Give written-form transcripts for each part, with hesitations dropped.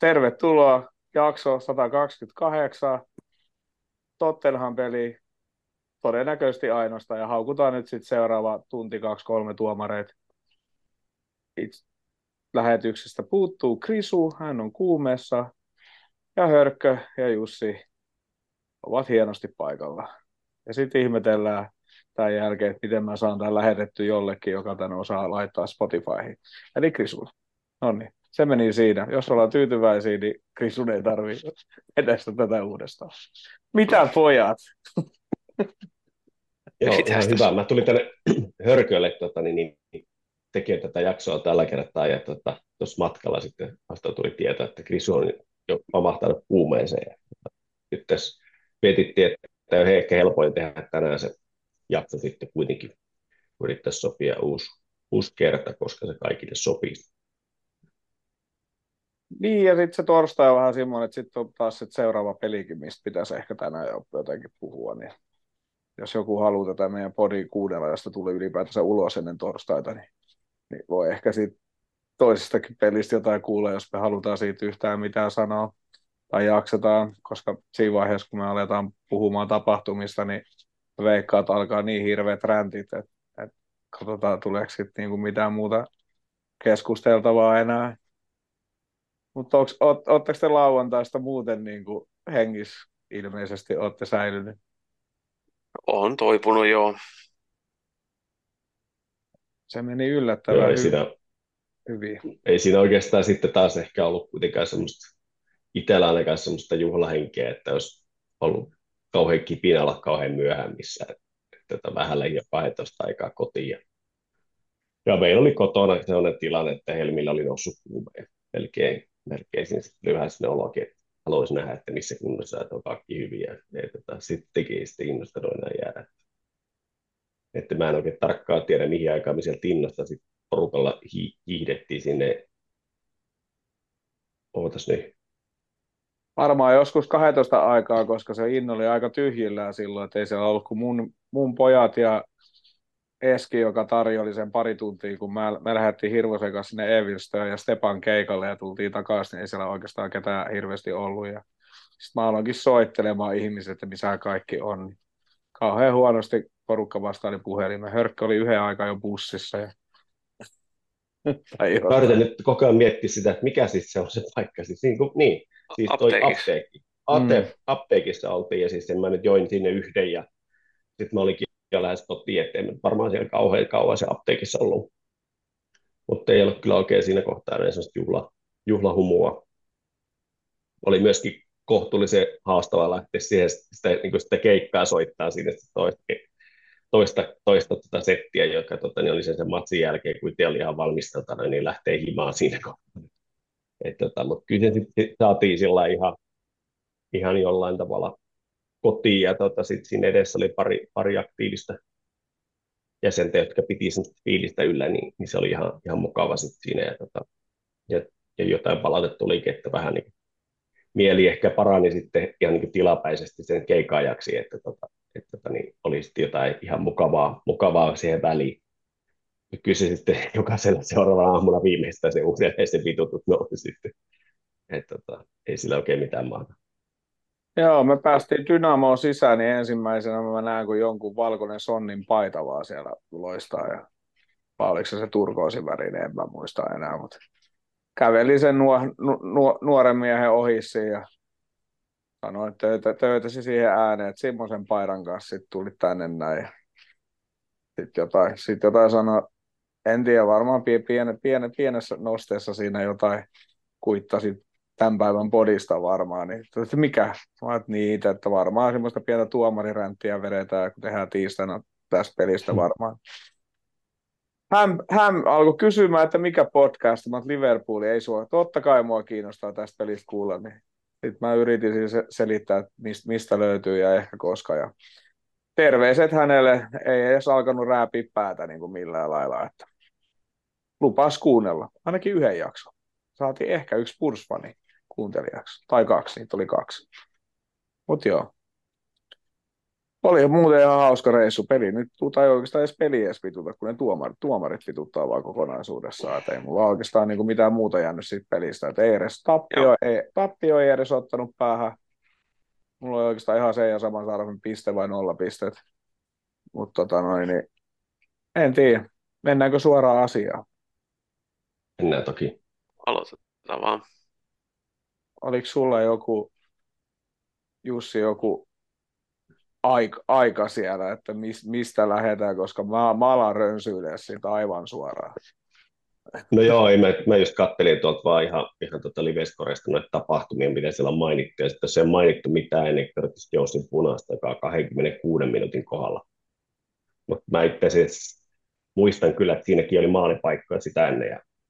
Tervetuloa jakso 128. Tottenham-peli todennäköisesti ainoastaan ja haukutaan nyt sitten seuraava tunti, kaksi, kolme tuomareita. Itse lähetyksestä puuttuu Krisu, hän on kuumeessa ja Hörkkö ja Jussi ovat hienosti paikalla. Ja sitten ihmetellään tämän jälkeen, että miten mä saan tämän lähetetty jollekin, joka tämän osaa laittaa Spotifyhin. Eli Krisulle. No niin, se meni siinä. Jos ollaan tyytyväisiä, niin Krisun ei tarvitse edestä tätä uudestaan. Mitä pojat? Joo, Mitäs ihan tässä? hyvä. Mä tulin tänne Hörkölle tekemään tätä jaksoa tällä kertaa ja tuossa matkalla sitten vasta tuli tieto, että Krisu on jo pamahtanut kuumeeseen. Ja nyt tässä mietittiin, että on ehkä helpoin tehdä tänään se jakso sitten kuitenkin yrittää sopia uusi kerta, koska se kaikille sopii. Niin, ja sitten se torstai on vähän semmoinen, että sitten on taas sit seuraava pelikin, mistä pitäisi ehkä tänään jo jotenkin puhua. Niin jos joku haluaa tätä meidän podin kuunnella, josta tulee ylipäätänsä ulos ennen torstaita, niin voi ehkä siitä toisestakin pelistä jotain kuulla, jos me halutaan siitä yhtään mitään sanoa tai jaksetaan, koska siinä vaiheessa, kun me aletaan puhumaan tapahtumista, niin veikkaa, että alkaa niin hirveät räntit, että katsotaan, tuleeko sitten niinku mitään muuta keskusteltavaa enää. Mutta ootteko te lauantaista muuten niinku hengissä ilmeisesti olette säilynyt? On toipunut jo. Se meni Joo, yllättävän hyvin. ei siinä oikeastaan sitten taas ehkä ollut kuitenkaan semmoista, itsellä ainakaan semmoista juhlahenkeä, että olisi ollut kauhean kipinä olla kauhean myöhään missään. Että vähän lähinnä 12 aikaa kotiin. Ja meillä oli kotona sellainen tilanne, että Helmillä oli noussut kuume. Melkein siinä sitten oli vähän sellainen olokin, että haluaisin nähdä, että missä kunnossa, että on kaikki hyviä. Sittenkin sitten innostunut enää jäädä. Että mä en oikein tarkkaan tiedä, mihin aikaan me sieltä innosta sitten porukalla hiihdettiin sinne. Ootas nyt. Varmaan joskus 12 aikaa, koska se inno oli aika tyhjillään silloin, että ei siellä ollut kuin mun pojat ja Eski, joka tarjoili sen pari tuntia, kun me lähdettiin Hirvosen kanssa sinne Evilstöön ja Stepan keikalle ja tultiin takaisin, niin ei siellä oikeastaan ketään hirveästi ollut. Ja sitten mä aloinkin soittelemaan ihmiset, että missä kaikki on. Niin kauhean huonosti porukka vastaili puhelimeen. Hörkkö oli yhden aikaa jo bussissa. Tai Mä yritän jotain. nyt koko ajan miettiä sitä, että mikä siis se on se paikka. Siis toi Apteekissa. apteekki. Mm. Apteekissa oltiin ja siis mä nyt join sinne yhden ja sitten mä olinkin jo lähes kotiin, ettei varmaan siellä kauhean kauan se apteekissa ollut. Mutta ei ollut kyllä oikein siinä kohtaa enää sellaista juhlahumua. Oli myöskin kohtuullisen haastava lähteä siihen sitä keikkaa soittaa sinne toista settiä, joka niin oli sen matsin jälkeen, kun itse oli ihan valmisteltana, niin lähtee himaan siinä kohtaa. Mutta kyllä se sitten saatiin sillä ihan jollain tavalla kotiin, ja sitten siinä edessä oli pari aktiivista jäsentä, jotka piti sen fiilistä yllä, niin se oli ihan mukava sitten siinä, ja jotain palautetta tulikin, että vähän niin mieli ehkä parani sitten ihan niin tilapäisesti sen keikaajaksi, niin oli sitten jotain ihan mukavaa siihen väliin. Ja kyllä se sitten jokaisella seuraavana aamuna viimeistään se uudelleen se vitutus nousi sitten. Ei sillä oikein mitään maata. Joo, me päästiin Dynamoon sisään, niin ensimmäisenä mä näen, kun jonkun valkoinen sonnin paita vaan siellä loistaa. Ja vai oliko se turkoosin en mä muista enää, mutta käveli sen nuoren miehen ohi siinä ja sanoi, että töytäsi siihen ääneen, että semmoisen paidan kanssa sit tuli tänne näin. Ja sit jotain sanoi, en tiedä, varmaan pienessä nosteessa siinä jotain kuittasi tämän päivän podista varmaan, niin että mikä? Mä että niitä, että varmaan semmoista pientä tuomariränttiä vedetään, kun tehdään tiistaina tästä pelistä varmaan. Hän alkoi kysymään, että mikä podcast, mä Liverpool ei sua. Totta kai mua kiinnostaa tästä pelistä kuulla, niin sitten mä yritin siis selittää, että mistä löytyy ja ehkä koska. Ja terveiset hänelle, ei edes alkanut rääpiä päätä niin kuin millään lailla, että lupas kuunnella, ainakin yhden jakson. Saatiin ehkä yksi Spurs-fani kuuntelijaksi, tai kaksi, niitä oli kaksi. Mutta joo. Oli muuten ihan hauska reissu. Peli nyt, tai oikeastaan edes peli edes vituta, kun ne tuomarit vituttaa vaan kokonaisuudessaan. Et ei mulla oikeastaan niin kuin mitään muuta jäänyt siitä pelistä. Et ei edes Joo, tappio ei edes ottanut päähän. Mulla oli oikeastaan ihan se ja saman arvon piste vai 0 pistet. Mutta niin, en tiedä. Mennäänkö suoraan asiaan? Mennään toki. aloitetaan vaan. Oliko sulla joku, Jussi, joku aika siellä, että mistä lähdetään, koska mä alan rönsyilee siitä aivan suoraan. No joo, ei, mä just kattelin tuolta vaan ihan Livescoresta noita tapahtumia, mitä siellä on mainittu, ja sitten se ei ole mainittu mitään ennen Curtis Jonesin punaista, joka on 26 minuutin kohdalla. Mutta mä itse asiassa muistan kyllä, että siinäkin oli maalipaikkoja sitä ennen,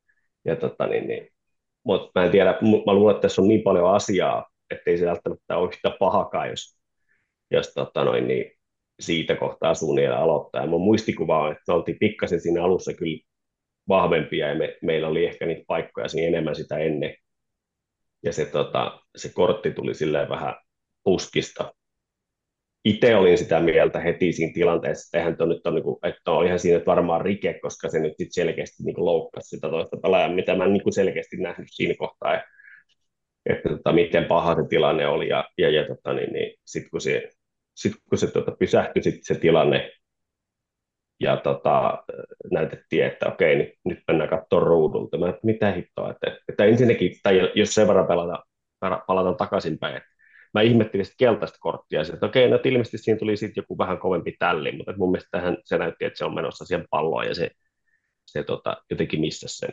mutta mä en tiedä, mä luulen, että tässä on niin paljon asiaa, ettei se välttämättä ole yhtä pahakaan, jos siitä kohtaa suunnilleen aloittaa. Ja mun muistikuva on, että me oltiin pikkasen siinä alussa kyllä vahvempia ja meillä oli ehkä niitä paikkoja siinä enemmän sitä ennen. Ja se kortti tuli silleen vähän puskista. Itse olin sitä mieltä heti siinä tilanteessa, että eihän nyt ole, että on ihan siinä että varmaan rike, koska se nyt sit selkeästi loukkasi sitä toista pelaajaa, mitä mä en selkeästi nähnyt siinä kohtaa, että miten paha se tilanne oli. Sitten kun se pysähtyi se tilanne, ja näytettiin, että okei, nyt mennään katsomaan ruudulta. Mä mitä hittoa, että ensinnäkin, tai jos sen verran palataan takaisinpäin, että mä ihmettelin sitä keltaista korttia, että okei, no ilmeisesti siinä tuli sitten joku vähän kovempi tälli, mutta mun mielestä se näytti, että se on menossa siihen palloon, ja se jotenkin missä sen.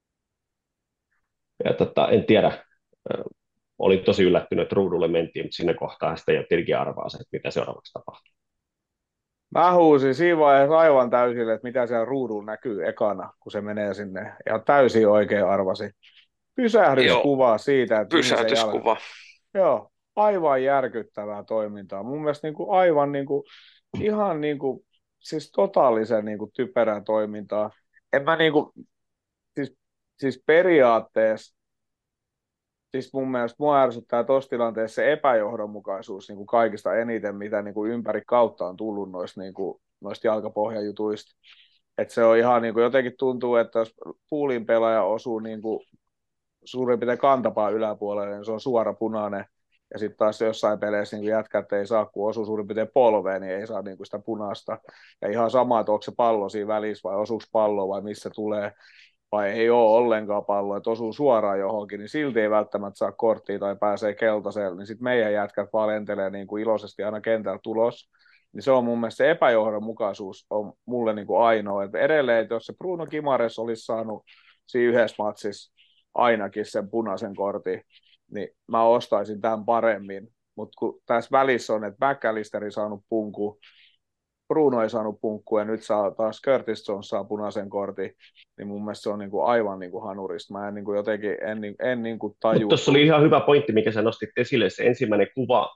Ja en tiedä, olin tosi yllättynyt, että ruudulle mentiin, mutta siinä kohtaa sitä jo tietenkin arvaa se, että mitä seuraavaksi tapahtuu. Mä huusin siinä vaiheessa aivan täysille, että mitä siellä ruudulla näkyy ekana, kun se menee sinne. Ja täysin oikein arvasin. Pysähdyskuva siitä, että pysähdyskuva. Joo, aivan järkyttävää toimintaa. Mun mielestä niin kuin aivan niin kuin, ihan niin kuin, siis totaalisen niin kuin typerää toimintaa. En mä niin kuin, siis periaatteessa, siis mun mielestä mua ärsyttää tuossa tilanteessa se epäjohdonmukaisuus niin kuin kaikista eniten, mitä niin kuin ympäri kautta on tullut noista jalkapohjajutuista. Että se on ihan niin kuin, jotenkin tuntuu, että jos poolin pelaaja osuu niin kuin suurin piirtein kantapaa yläpuolelle, niin se on suora punainen. Ja sitten taas jossain peleissä niin jätkät ei saa, kun osuu suurin piirtein polveen, niin ei saa niin kuin sitä punaista. Ja ihan sama, että onko se pallo siinä välissä vai osuuko pallo vai missä tulee, vai ei ole ollenkaan palloa, että osuu suoraan johonkin, niin silti ei välttämättä saa korttia tai pääsee keltaiselle, niin sitten meidän jätkät vaan lentelee niin kuin iloisesti aina kentällä tulos. Niin se on mun mielestä se epäjohdonmukaisuus on mulle niin kuin ainoa. Että edelleen, että jos se Bruno Guimaraes olisi saanut siinä yhdessä matsissa ainakin sen punaisen kortin, niin mä ostaisin tämän paremmin. Mutta kun tässä välissä on, että McAllister ei saanut punkku, Bruno ei saanut punkku ja nyt saa taas Curtis Jones saa punaisen kortin, niin mun mielestä se on niinku aivan niinku hanurista. Mä en niinku jotenkin en niinku tajua. Mutta tuossa oli ihan hyvä pointti, mikä sä nostit esille, se ensimmäinen kuva,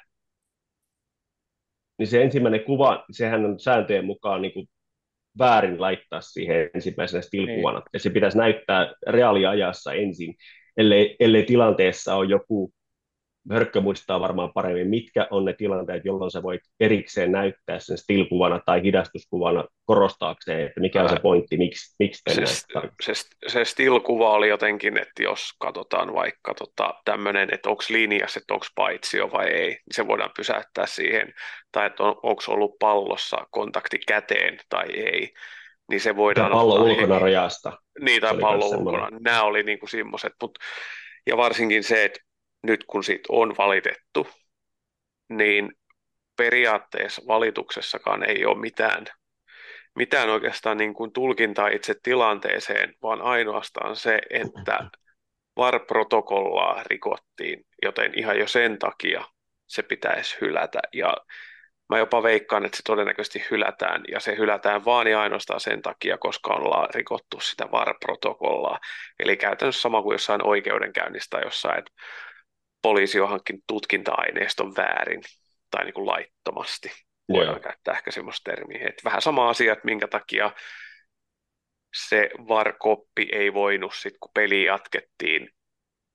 se ensimmäinen kuva, sehän on sääntöjen mukaan niin kuin väärin laittaa siihen ensimmäisenä still-kuvana. Ja se pitäisi näyttää reaaliajassa ensin, ellei tilanteessa ole joku, Hörkkö muistaa varmaan paremmin, mitkä on ne tilanteet, jolloin sä voit erikseen näyttää sen still-kuvana tai hidastuskuvana korostaakseen, että mikä on se pointti, miksi se still-kuva oli jotenkin, että jos katsotaan vaikka tämmöinen, että onko linjassa, että onko paitsio vai ei, niin se voidaan pysäyttää siihen, tai että onko ollut pallossa kontakti käteen tai ei, niin se voidaan pallo ulkona rajasta. Niin, tai pallo ulkona. Nämä oli niinku semmoiset, ja varsinkin se, että nyt kun siitä on valitettu, niin periaatteessa valituksessakaan ei ole mitään oikeastaan niin kuin tulkintaa itse tilanteeseen, vaan ainoastaan se, että VAR-protokollaa rikottiin, joten ihan jo sen takia se pitäisi hylätä. Ja mä jopa veikkaan, että se todennäköisesti hylätään, ja se hylätään vaan ja ainoastaan sen takia, koska ollaan rikottu sitä VAR-protokollaa. Eli käytännössä sama kuin jossain oikeudenkäynnistä jossain, että poliisi on hankkinut tutkinta-aineiston väärin tai niin kuin laittomasti. Voidaan käyttää ehkä semmoista termiä. Että vähän sama asia, että minkä takia se VAR-koppi ei voinut sitten, kun peli jatkettiin, kun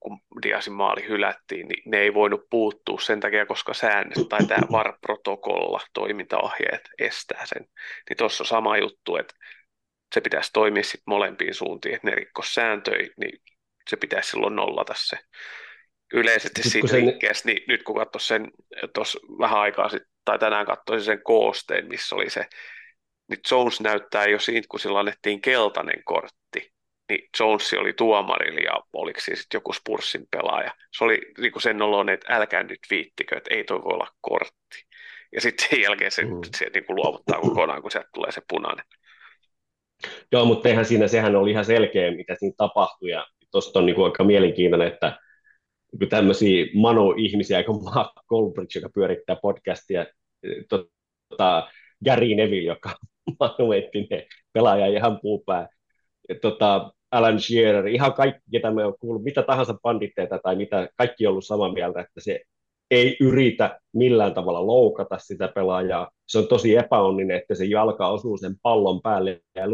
Diazin maali hylättiin, niin ne ei voinut puuttua sen takia, koska säännöt tai tämä VAR-protokolla, toimintaohjeet estää sen. Niin tuossa on sama juttu, että se pitäisi toimia sitten molempiin suuntiin, että ne rikkos sääntöjä, niin se pitäisi silloin nollata se. Yleisesti siitä rikkeestä, niin nyt kun katsoin sen tuossa vähän aikaa sitten, tai tänään katsoin sen koosteen, missä oli se, niin Jones näyttää jo siitä, kun sillä annettiin keltainen kortti, niin Jones oli tuomarilla ja oliko siinä sitten joku Spursin pelaaja. Se oli niin kuin sen oloinen, että älkää nyt viittikö, että ei toi voi olla kortti. Ja sitten sen jälkeen se niin kuin luovuttaa kokonaan, kun sieltä tulee se punainen. Joo, mutta eihän siinä, sehän oli ihan selkeä, mitä siinä tapahtui, ja tuosta on niin kuin aika mielenkiintoinen, että tämmöisiä mano-ihmisiä, kuin Mark Goldbridge, joka pyörittää podcastia, Gary Neville, joka manueettinen pelaaja ja ihan puupää, Alan Shearer, ihan kaikki, ketä me on kuullut, mitä tahansa banditteita tai mitä, kaikki on ollut samaa mieltä, että se ei yritä millään tavalla loukata sitä pelaajaa. Se on tosi epäonninen, että se jalka osuu sen pallon päälle ja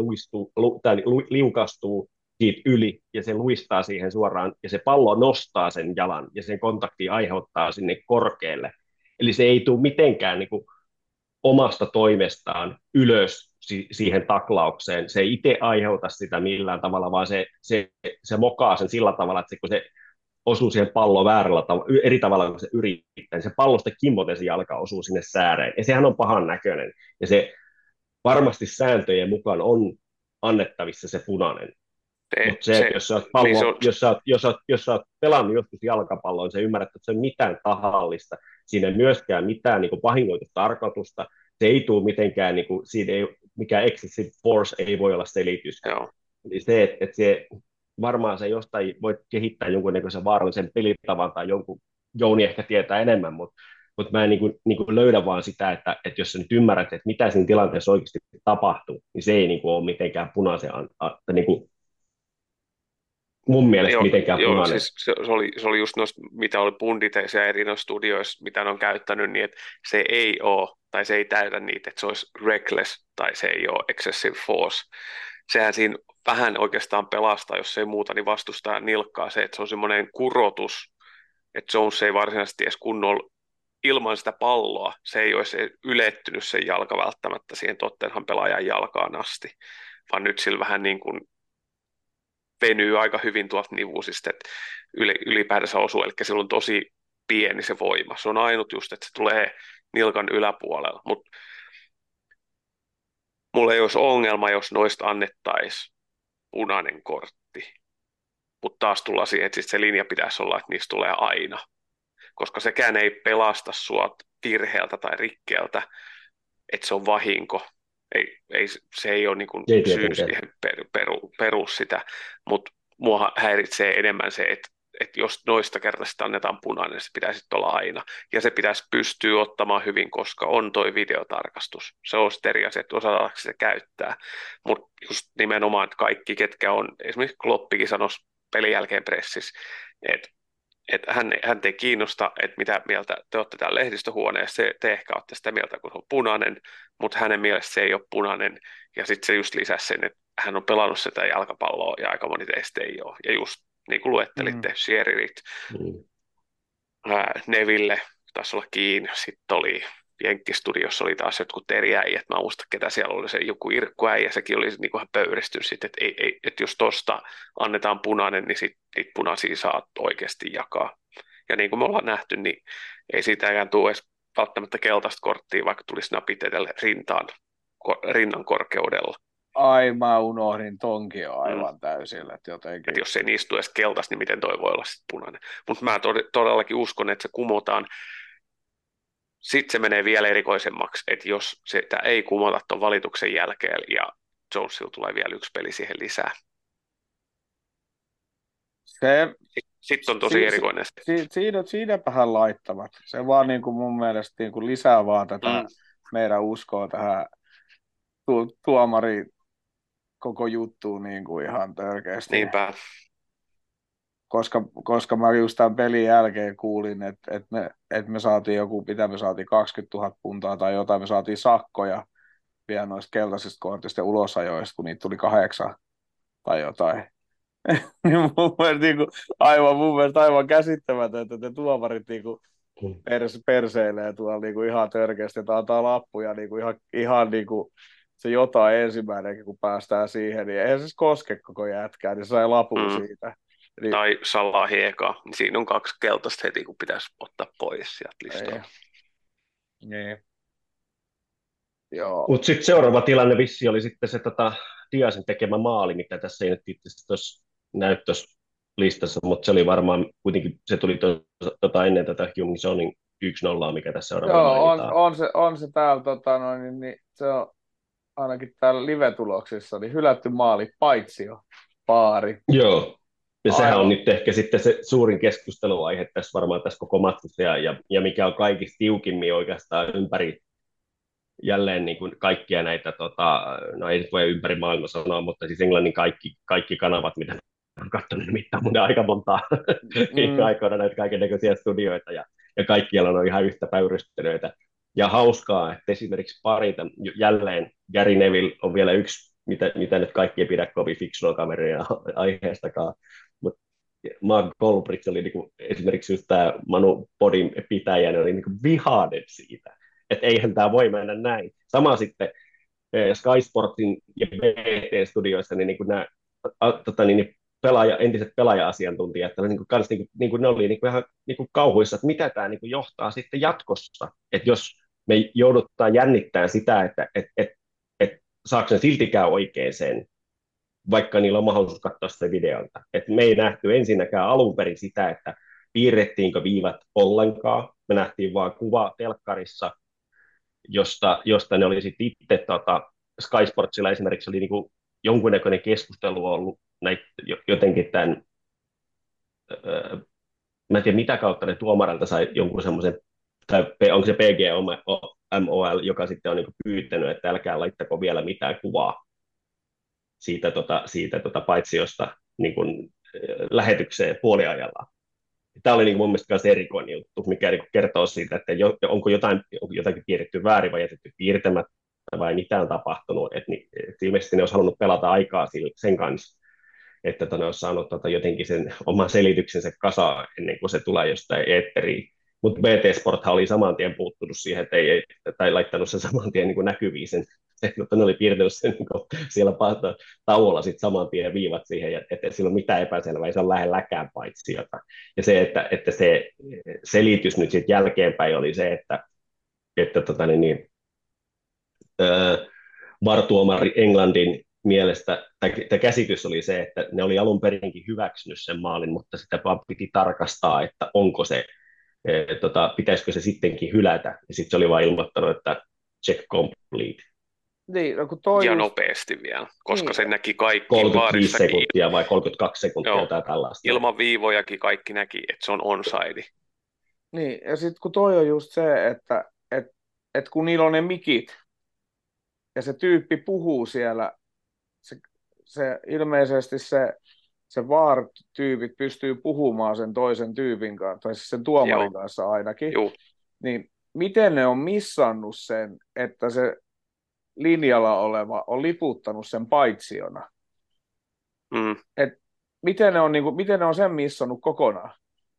liukastuu siitä yli, ja se luistaa siihen suoraan, ja se pallo nostaa sen jalan, ja sen kontakti aiheuttaa sinne korkealle. Eli se ei tule mitenkään niin kuin omasta toimestaan ylös siihen taklaukseen. Se ei itse aiheuta sitä millään tavalla, vaan se mokaa sen sillä tavalla, että kun se osuu siihen palloon väärällä tavalla, eri tavalla kuin se yrittää, niin se pallosta kimmoten se jalka osuu sinne sääreen. Ja sehän on pahan näköinen. Ja se varmasti sääntöjen mukaan on annettavissa se punainen. Mutta se, että jos sä oot pelannut joskus jalkapalloa, niin sä ymmärrät, että se ei ole mitään tahallista. Siinä ei myöskään mitään niin vahingoitustarkoitusta. Se ei tule mitenkään, niin kuin, siinä ei, mikään excessive force ei voi olla selitys. Joo. Eli se, että se, varmaan se jostain voi kehittää jonkunnäköisen vaarallisen pelitavan tai Jouni ehkä tietää enemmän, mutta mä en niin kuin löydä vaan sitä, että jos sä nyt ymmärrät, että mitä siinä tilanteessa oikeasti tapahtuu, niin se ei niin kuin ole mitenkään punaisen, niin kuin mun mielestä mitenkään punainen. Siis se oli just noista, mitä oli punditeissa ja eri noissa studioissa, mitä ne on käyttänyt, niin että se ei ole, tai se ei täytä niitä, että se olisi reckless, tai se ei ole excessive force. Sehän siinä vähän oikeastaan pelastaa, jos ei muuta, niin vastustaa nilkkaa se, että se on semmoinen kurotus, että Jones ei varsinaisesti edes kunnolla ilman sitä palloa, se ei olisi ylettynyt sen jalka välttämättä siihen Tottenham pelaajan jalkaan asti, vaan nyt sillä vähän niin kuin venyy aika hyvin tuolta nivusista, että ylipäätänsä osuu, eli sillä on tosi pieni se voima. Se on ainut just, että se tulee nilkan yläpuolella, mutta mulla ei olisi ongelma, jos noista annettaisiin punainen kortti, mutta taas tullaan siihen, että se linja pitäisi olla, että niistä tulee aina, koska sekään ei pelasta sua virheeltä tai rikkeeltä, että se on vahinko. Se ei ole niin kuin syy siihen peru sitä, mutta mua häiritsee enemmän se, että jos noista kertaista annetaan punainen, niin se pitäisi olla aina. Ja se pitäisi pystyä ottamaan hyvin, koska on toi videotarkastus. Se on sitten eri asia, että osataanko se käyttää. Mutta just nimenomaan, että kaikki, ketkä on, esimerkiksi Kloppikin sanoisi pelin jälkeen pressissä, että hän ei kiinnosta, että mitä mieltä te olette täällä lehdistöhuoneessa, te ehkä olette sitä mieltä, kun se on punainen, mutta hänen mielestä se ei ole punainen, ja sitten se just lisäsi sen, että hän on pelannut sitä jalkapalloa, ja aika moni teistä ei ole, ja just niin kuin luettelitte, Shearerit, Neville, taisi olla kiinni, sitten oli Jenkkistudiossa oli taas jotkut eri äijät, mä muistan, ketä siellä oli se joku Irkku-äijä, sekin oli niin kuin pöyristynyt sitten, että jos tosta annetaan punainen, niin sitten niitä punaisia saa oikeasti jakaa. Ja niin kuin me ollaan nähty, niin ei siitäkään tule edes välttämättä keltaista korttia, vaikka tulisi napit edelle rinnan korkeudella. Ai, mä unohdin tonkin aivan täysillä, että jotenkin. Että jos ei niistä tule edes keltaista, niin miten toi voi olla sitten punainen. Mutta mä todellakin uskon, että se kumotaan. Sitten se menee vielä erikoisemmaksi, että jos sitä ei kumota tuon valituksen jälkeen ja Jonesilla tulee vielä yksi peli siihen lisää. Sitten on tosi erikoinen. Siinäpähän laittavat. Se vaan niin kuin mun mielestä niin kuin lisää vaan tätä meidän uskoa tähän tuomari koko juttuun niin kuin ihan törkeästi. Niinpä. Koska mä just tämän pelin jälkeen kuulin, että me saatiin me saatiin 20 000 puntaa tai jotain, me saatiin sakkoja vielä noista keltaisista kortista ja ulosajoista, kun niitä tuli 8 tai jotain. Mun mielestä aivan käsittämätöntä, että te tuomarit niinku perseilee tuolla niinku ihan törkeästi, että antaa lappuja niinku ihan niinku se jotain ensimmäinenkin, kun päästään siihen, niin eihän se siis koske koko jätkää, niin sai lapun Mm. siitä. Niin, Tai Salahieka, niin siinä on 2 keltaista heti, kun pitäisi ottaa pois sieltä listalta. niin. Joo. Mutta sitten seuraava tilanne vissi oli sitten se Diasin tekemä maali, mitä tässä ei nyt itse asiassa tuossa näyttössä listassa, mutta se oli varmaan kuitenkin, se tuli ennen tätä Heung-Sonin 1-0, mikä tässä seuraavana Joo, mainitaan. on se täällä, niin se on ainakin täällä live-tuloksissa, niin hylätty maali, paitsi jo paari. Joo, ja sehän Aivan. on nyt ehkä sitten se suurin keskusteluaihe tässä varmaan tässä koko matkassa, ja mikä on kaikista tiukimmin oikeastaan ympäri jälleen niin kuin kaikkia näitä, no ei nyt voi ympäri maailmaa sanoa, mutta siis Englannin kaikki kanavat, mitä olen katsonut, nimittäin mun aika montaa viime aikoina näitä kaikennäköisiä studioita, ja kaikkialla on ihan yhtä päyrystelyitä. Ja hauskaa, että esimerkiksi jälleen Gary Neville on vielä yksi, mitä nyt kaikki ei pidä kovin fiksua kameria aiheestakaan, mutta Mark Goldbridge oli niinku, esimerkiksi just tämä Manu Podin pitäjä, oli niinku vihainen siitä, että eihän tämä voi mennä näin. Sama sitten Sky Sportin ja BT-studioissa, niin nämä entiset pelaaja-asiantuntijat, ne oli ihan kauhuissa, että mitä tämä johtaa sitten jatkossa, että jos me joudutaan jännittämään sitä, että saako ne siltikään oikein sen, vaikka niillä on mahdollisuus katsoa sitä videolta. Et me ei nähty ensinnäkään alun perin sitä, että piirrettiinkö viivat ollenkaan. Me nähtiin vain kuva telkkarissa, josta ne oli sitten itse, Sky Sportsilla esimerkiksi oli niinku jonkunnäköinen keskustelu ollut jotenkin tämän, mä en tiedä mitä kautta ne tuomarilta sai jonkun semmoisen, tai onko se PGMOL, joka sitten on niinku pyytänyt, että älkää laittako vielä mitään kuvaa siitä paitsiosta niin kuin, lähetykseen puoliajalla. Tämä oli niin kuin mun mielestä myös erikoinen juttu, mikä niin kertoo siitä, että onko jotakin piirretty väärin vai jätetty piirtämättä vai mitä on tapahtunut. Että ilmeisesti ne olisi halunnut pelata aikaa sen kanssa, että ne olisi saanut jotenkin sen oman selityksensä kasaan ennen kuin se tulee jostain eetteriin. Mutta BT Sporthan oli saman tien puuttunut siihen, tai laittanut sen saman tien niin näkyviin sen, että ne oli piirtänyt sen niin siellä tauolla sit saman tien viivat siihen, että sillä on mitään epäselvää, ei se ole lähelläkään paitsiota. Ja se, että se selitys nyt sitten jälkeenpäin oli se, että VAR-tuomari Englannin mielestä, tai käsitys oli se, että ne oli alun perinkin hyväksynyt sen maalin, mutta sitä vaan piti tarkastaa, että onko se, pitäisikö se sittenkin hylätä, ja sitten se oli vaan ilmoittanut, että check complete. Niin, no ja nopeasti vielä, koska niin. Se näki kaikki 35 sekuntia vai 32 sekuntia tai tällaista. Ilman viivojakin kaikki näki, että se on onside. Niin, ja sitten kun toi on just se, että kun niillä on ne mikit, ja se tyyppi puhuu siellä, se ilmeisesti se VAR-tyypit pystyy puhumaan sen toisen tyypin kanssa, tai siis sen tuomarin kanssa ainakin, niin miten ne on missannut sen, että se linjalla oleva on liputtanut sen paitsiona? Et miten ne on sen missannut kokonaan?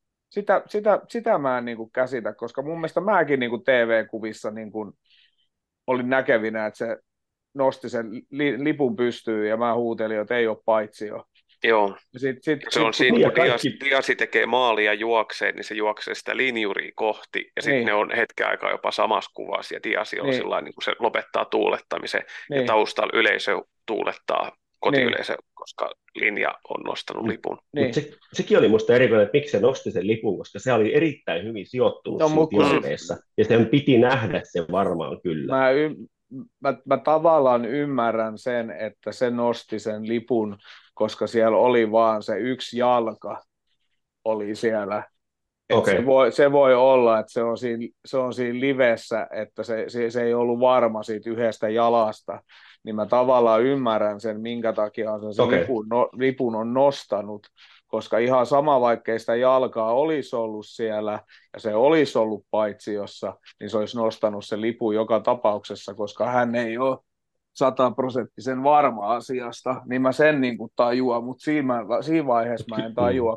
Sitä mä en käsitä, koska mun mielestä mäkin TV-kuvissa olin näkevinä, että se nosti sen lipun pystyyn ja mä huutelin, että ei ole paitsio. Joo, se on siinä, kun Diasi tekee maalia juokseen, niin se juoksee sitä linjuria kohti, ja sitten ne on hetken aikaa jopa samassa kuvassa, ja Diasi on sillain, niin kun se lopettaa tuulettamisen, ja taustalla yleisö tuulettaa kotiyleisö, koska linja on nostanut lipun. Mutta sekin oli musta erikoinen, että miksi se nosti sen lipun, koska se oli erittäin hyvin sijoittunut siinä tilanteessa, ja sen piti nähdä se varmaan kyllä. Mä tavallaan ymmärrän sen, että se nosti sen lipun, koska siellä oli vaan se yksi jalka oli siellä. Okay. Se voi olla, että se on siinä livessä, että se ei ollut varma siitä yhdestä jalasta. Niin mä tavallaan ymmärrän sen, minkä takia se lipun on nostanut, koska ihan sama, vaikkei sitä jalkaa olisi ollut siellä ja se olisi ollut paitsiossa, niin se olisi nostanut sen lipun joka tapauksessa, koska hän ei ole 100% varma asiasta, niin mä sen niin kuin tajuan, mutta siinä vaiheessa mä en tajua,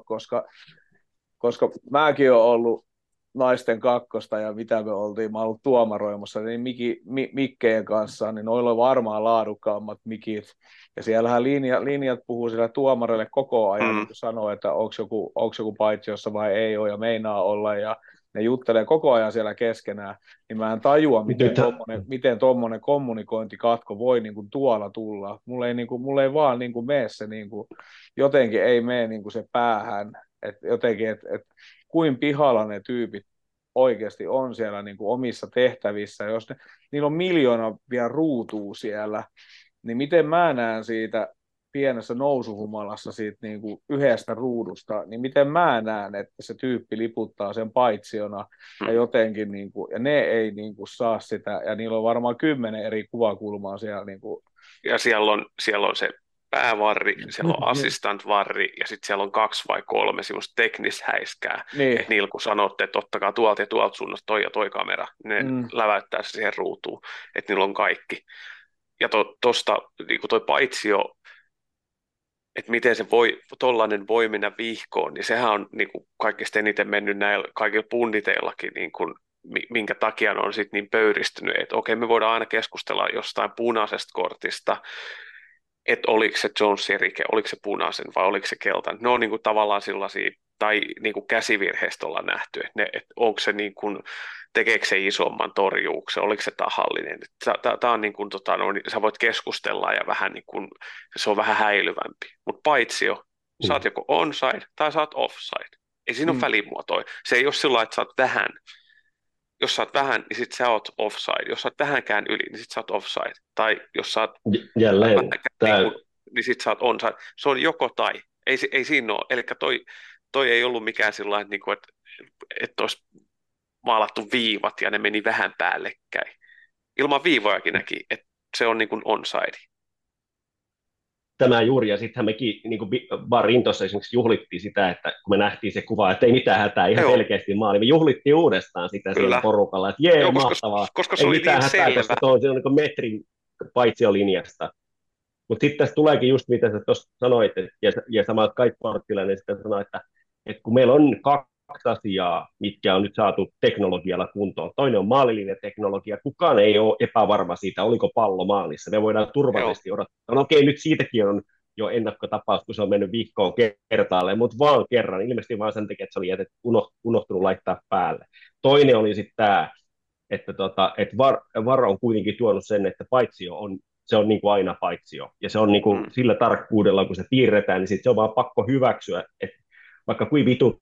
koska mäkin olen ollut naisten kakkosta ja mitä me oltiin, mä ollut tuomaroimassa, niin mikkeen kanssa, niin noilla on varmaan laadukkaammat mikit. Ja siellähän linjat puhuu sillä tuomarille koko ajan, niin kun sanoo, että onko joku paitsiossa vai ei ole ja meinaa olla, ja ne juttelee koko ajan siellä keskenään, niin mä en tajua, miten tommonen kommunikointikatko voi niin kuin tuolla tulla. Mulle ei vaan niin kuin mene se, niin kuin, jotenkin ei mene niin kuin se päähän, että jotenkin, että kuin pihalla ne tyypit oikeasti on siellä niin kuin omissa tehtävissä, jos niillä on miljoona vielä ruutuu siellä, niin miten mä näen siitä pienessä nousuhumalassa siitä niin kuin yhdestä ruudusta, niin miten mä näen, että se tyyppi liputtaa sen paitsiona ja jotenkin, niin kuin, ja ne ei niin kuin saa sitä, ja niillä on varmaan 10 eri kuvakulmaa siellä. Niin kuin. Ja siellä on se päävarri, siellä on assistant-varri ja sitten siellä on 2 vai 3 semmoista teknishäiskää. Niin. Että niillä kun sanotte, että ottakaa tuolta ja tuolta suunnasta toi ja toi kamera, ne läväyttää se siihen ruutuun, että niillä on kaikki. Ja tuosta niin toi paitsio, että miten se tollainen voi mennä vihkoon, niin sehän on niin kuin kaikista eniten mennyt näillä kaikilla punditeillakin, niin kuin, minkä takia ne on sitten niin pöyristynyt, että okei, me voidaan aina keskustella jostain punaisesta kortista, että oliko se Jonesin rike, oliko se punaisen vai oliko se keltainen. Ne on niin kuin tavallaan sellaisia, tai niin kuin käsivirheistä ollaan nähty, että onko se niin kuin, tekeekö se isomman torjuuksen, oliko se tahallinen. Tämä on niin kuin, sä voit keskustella ja vähän niin kuin, se on vähän häilyvämpi. Mutta paitsio, sä oot joko onside tai sä oot offside. Ei siinä ole välimuotoja. Se ei ole sillä lailla, että sä oot vähän. Jos sä oot vähän, niin sit sä oot offside. Jos sä oot vähänkään yli, niin sit sä oot offside. Tai jos sä oot jälleen, niin sit sä oot onside. Se on joko tai. Ei siinä ole. Eli toi ei ollut mikään sillä lailla, että olisi maalattu viivat ja ne meni vähän päällekkäin. Ilman viivojakin näki, että se on niin kuin onside. Tämä juuri, ja sittenhän mekin niin kuin Barin tuossa esimerkiksi juhlittiin sitä, että kun me nähtiin se kuva, että ei mitään hätää, ihan selkeästi maali, me juhlittiin uudestaan sitä siellä porukalla, että jee, mahtavaa, koska se ei oli mitään niin hätää, selvä. koska se on niin metrin paitsiolinjasta. Mutta sitten tässä tuleekin just, mitä sä tuossa sanoit, ja sama Kai Porttilainen sitten sanoi, että kun meillä on 2 asiaa, mitkä on nyt saatu teknologialla kuntoon. Toinen on maalillinen teknologia. Kukaan ei ole epävarma siitä, oliko pallo maalissa. Me voidaan turvallisesti odottaa. No okei, nyt siitäkin on jo ennakkotapaus, kun se on mennyt viikkoon kertaalleen, mutta vaan kerran. Ilmeisesti vaan sen takia, että se oli unohtunut laittaa päälle. Toinen oli sitten tämä, että VAR on kuitenkin tuonut sen, että paitsio on se on niin kuin aina paitsio. Ja se on niin kuin sillä tarkkuudella, kun se piirretään, niin sit se on vaan pakko hyväksyä, että vaikka kuin vitut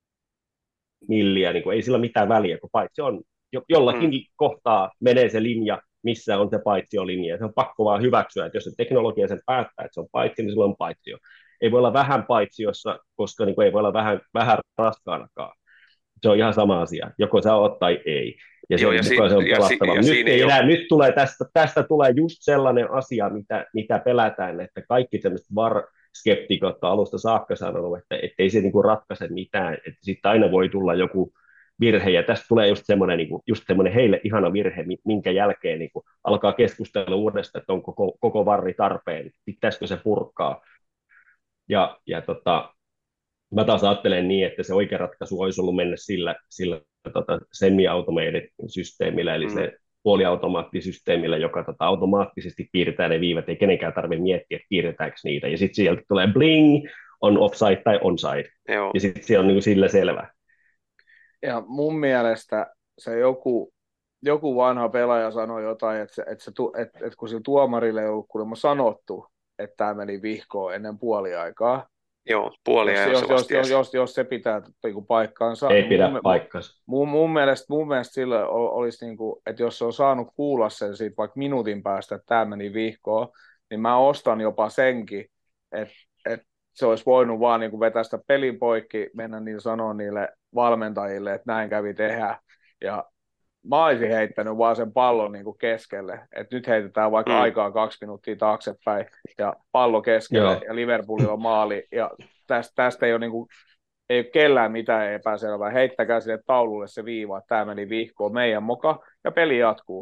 milliä, niin kuin ei sillä mitään väliä, kun paitsio on jollakin kohtaa menee se linja, missä on se paitsiolinja. Se on pakko vaan hyväksyä, että jos se teknologia sen päättää, että se on paitsio, niin silloin on paitsio. Ei voi olla vähän paitsiossa, koska niin kuin ei voi olla vähän raskaanakaan. Se on ihan sama asia. Joko sä oot tai ei. Ja sen mukaan se on pelattava. Nyt tulee tästä tulee just sellainen asia, mitä pelätään, että kaikki tämmöiset VAR-skeptikot on alusta saakka sanonut, että ei se niinku ratkaise mitään, että sitten aina voi tulla joku virhe, ja tästä tulee just semmoinen heille ihana virhe, minkä jälkeen niinku alkaa keskustella uudestaan, että onko koko VAR tarpeen, pitäisikö se purkaa. Mä taas ajattelen niin, että se oikea ratkaisu olisi ollut mennä sillä semi-automated systeemillä, eli se puoliautomaattisysteemillä, joka automaattisesti piirtää ne viivat, ei kenenkään tarvitse miettiä, että piirretäänkö niitä. Ja sitten sieltä tulee bling, on offside tai onside. Joo. Ja sitten se on niin kuin sillä selvä. Ja mun mielestä se joku vanha pelaaja sanoi jotain, että kun sillä tuomarille ei ollut kuulemma sanottu, että tämä meni vihkoon ennen puoliaikaa. Joo, jos se pitää paikkaansa. Ei pidä paikkaansa. Mun mielestä sillä olisi, niin kuin, että jos se on saanut kuulla sen siitä vaikka minuutin päästä, että tämä meni vihkoon, niin mä ostan jopa senkin, että se olisi voinut vaan niin kuin vetää sitä pelin poikki, mennä niin sanoa niille valmentajille, että näin kävi tehdä. Ja mä olisin heittänyt vaan sen pallon niin kuin keskelle, että nyt heitetään vaikka aikaa 2 minuuttia taaksepäin ja pallo keskelle ja Liverpoolilla on maali ja tästä ei ole, niin kuin, ei ole kellään mitään epäselvää. Heittäkää sille taululle se viiva, että tämä meni vihkoon meidän moka ja peli jatkuu.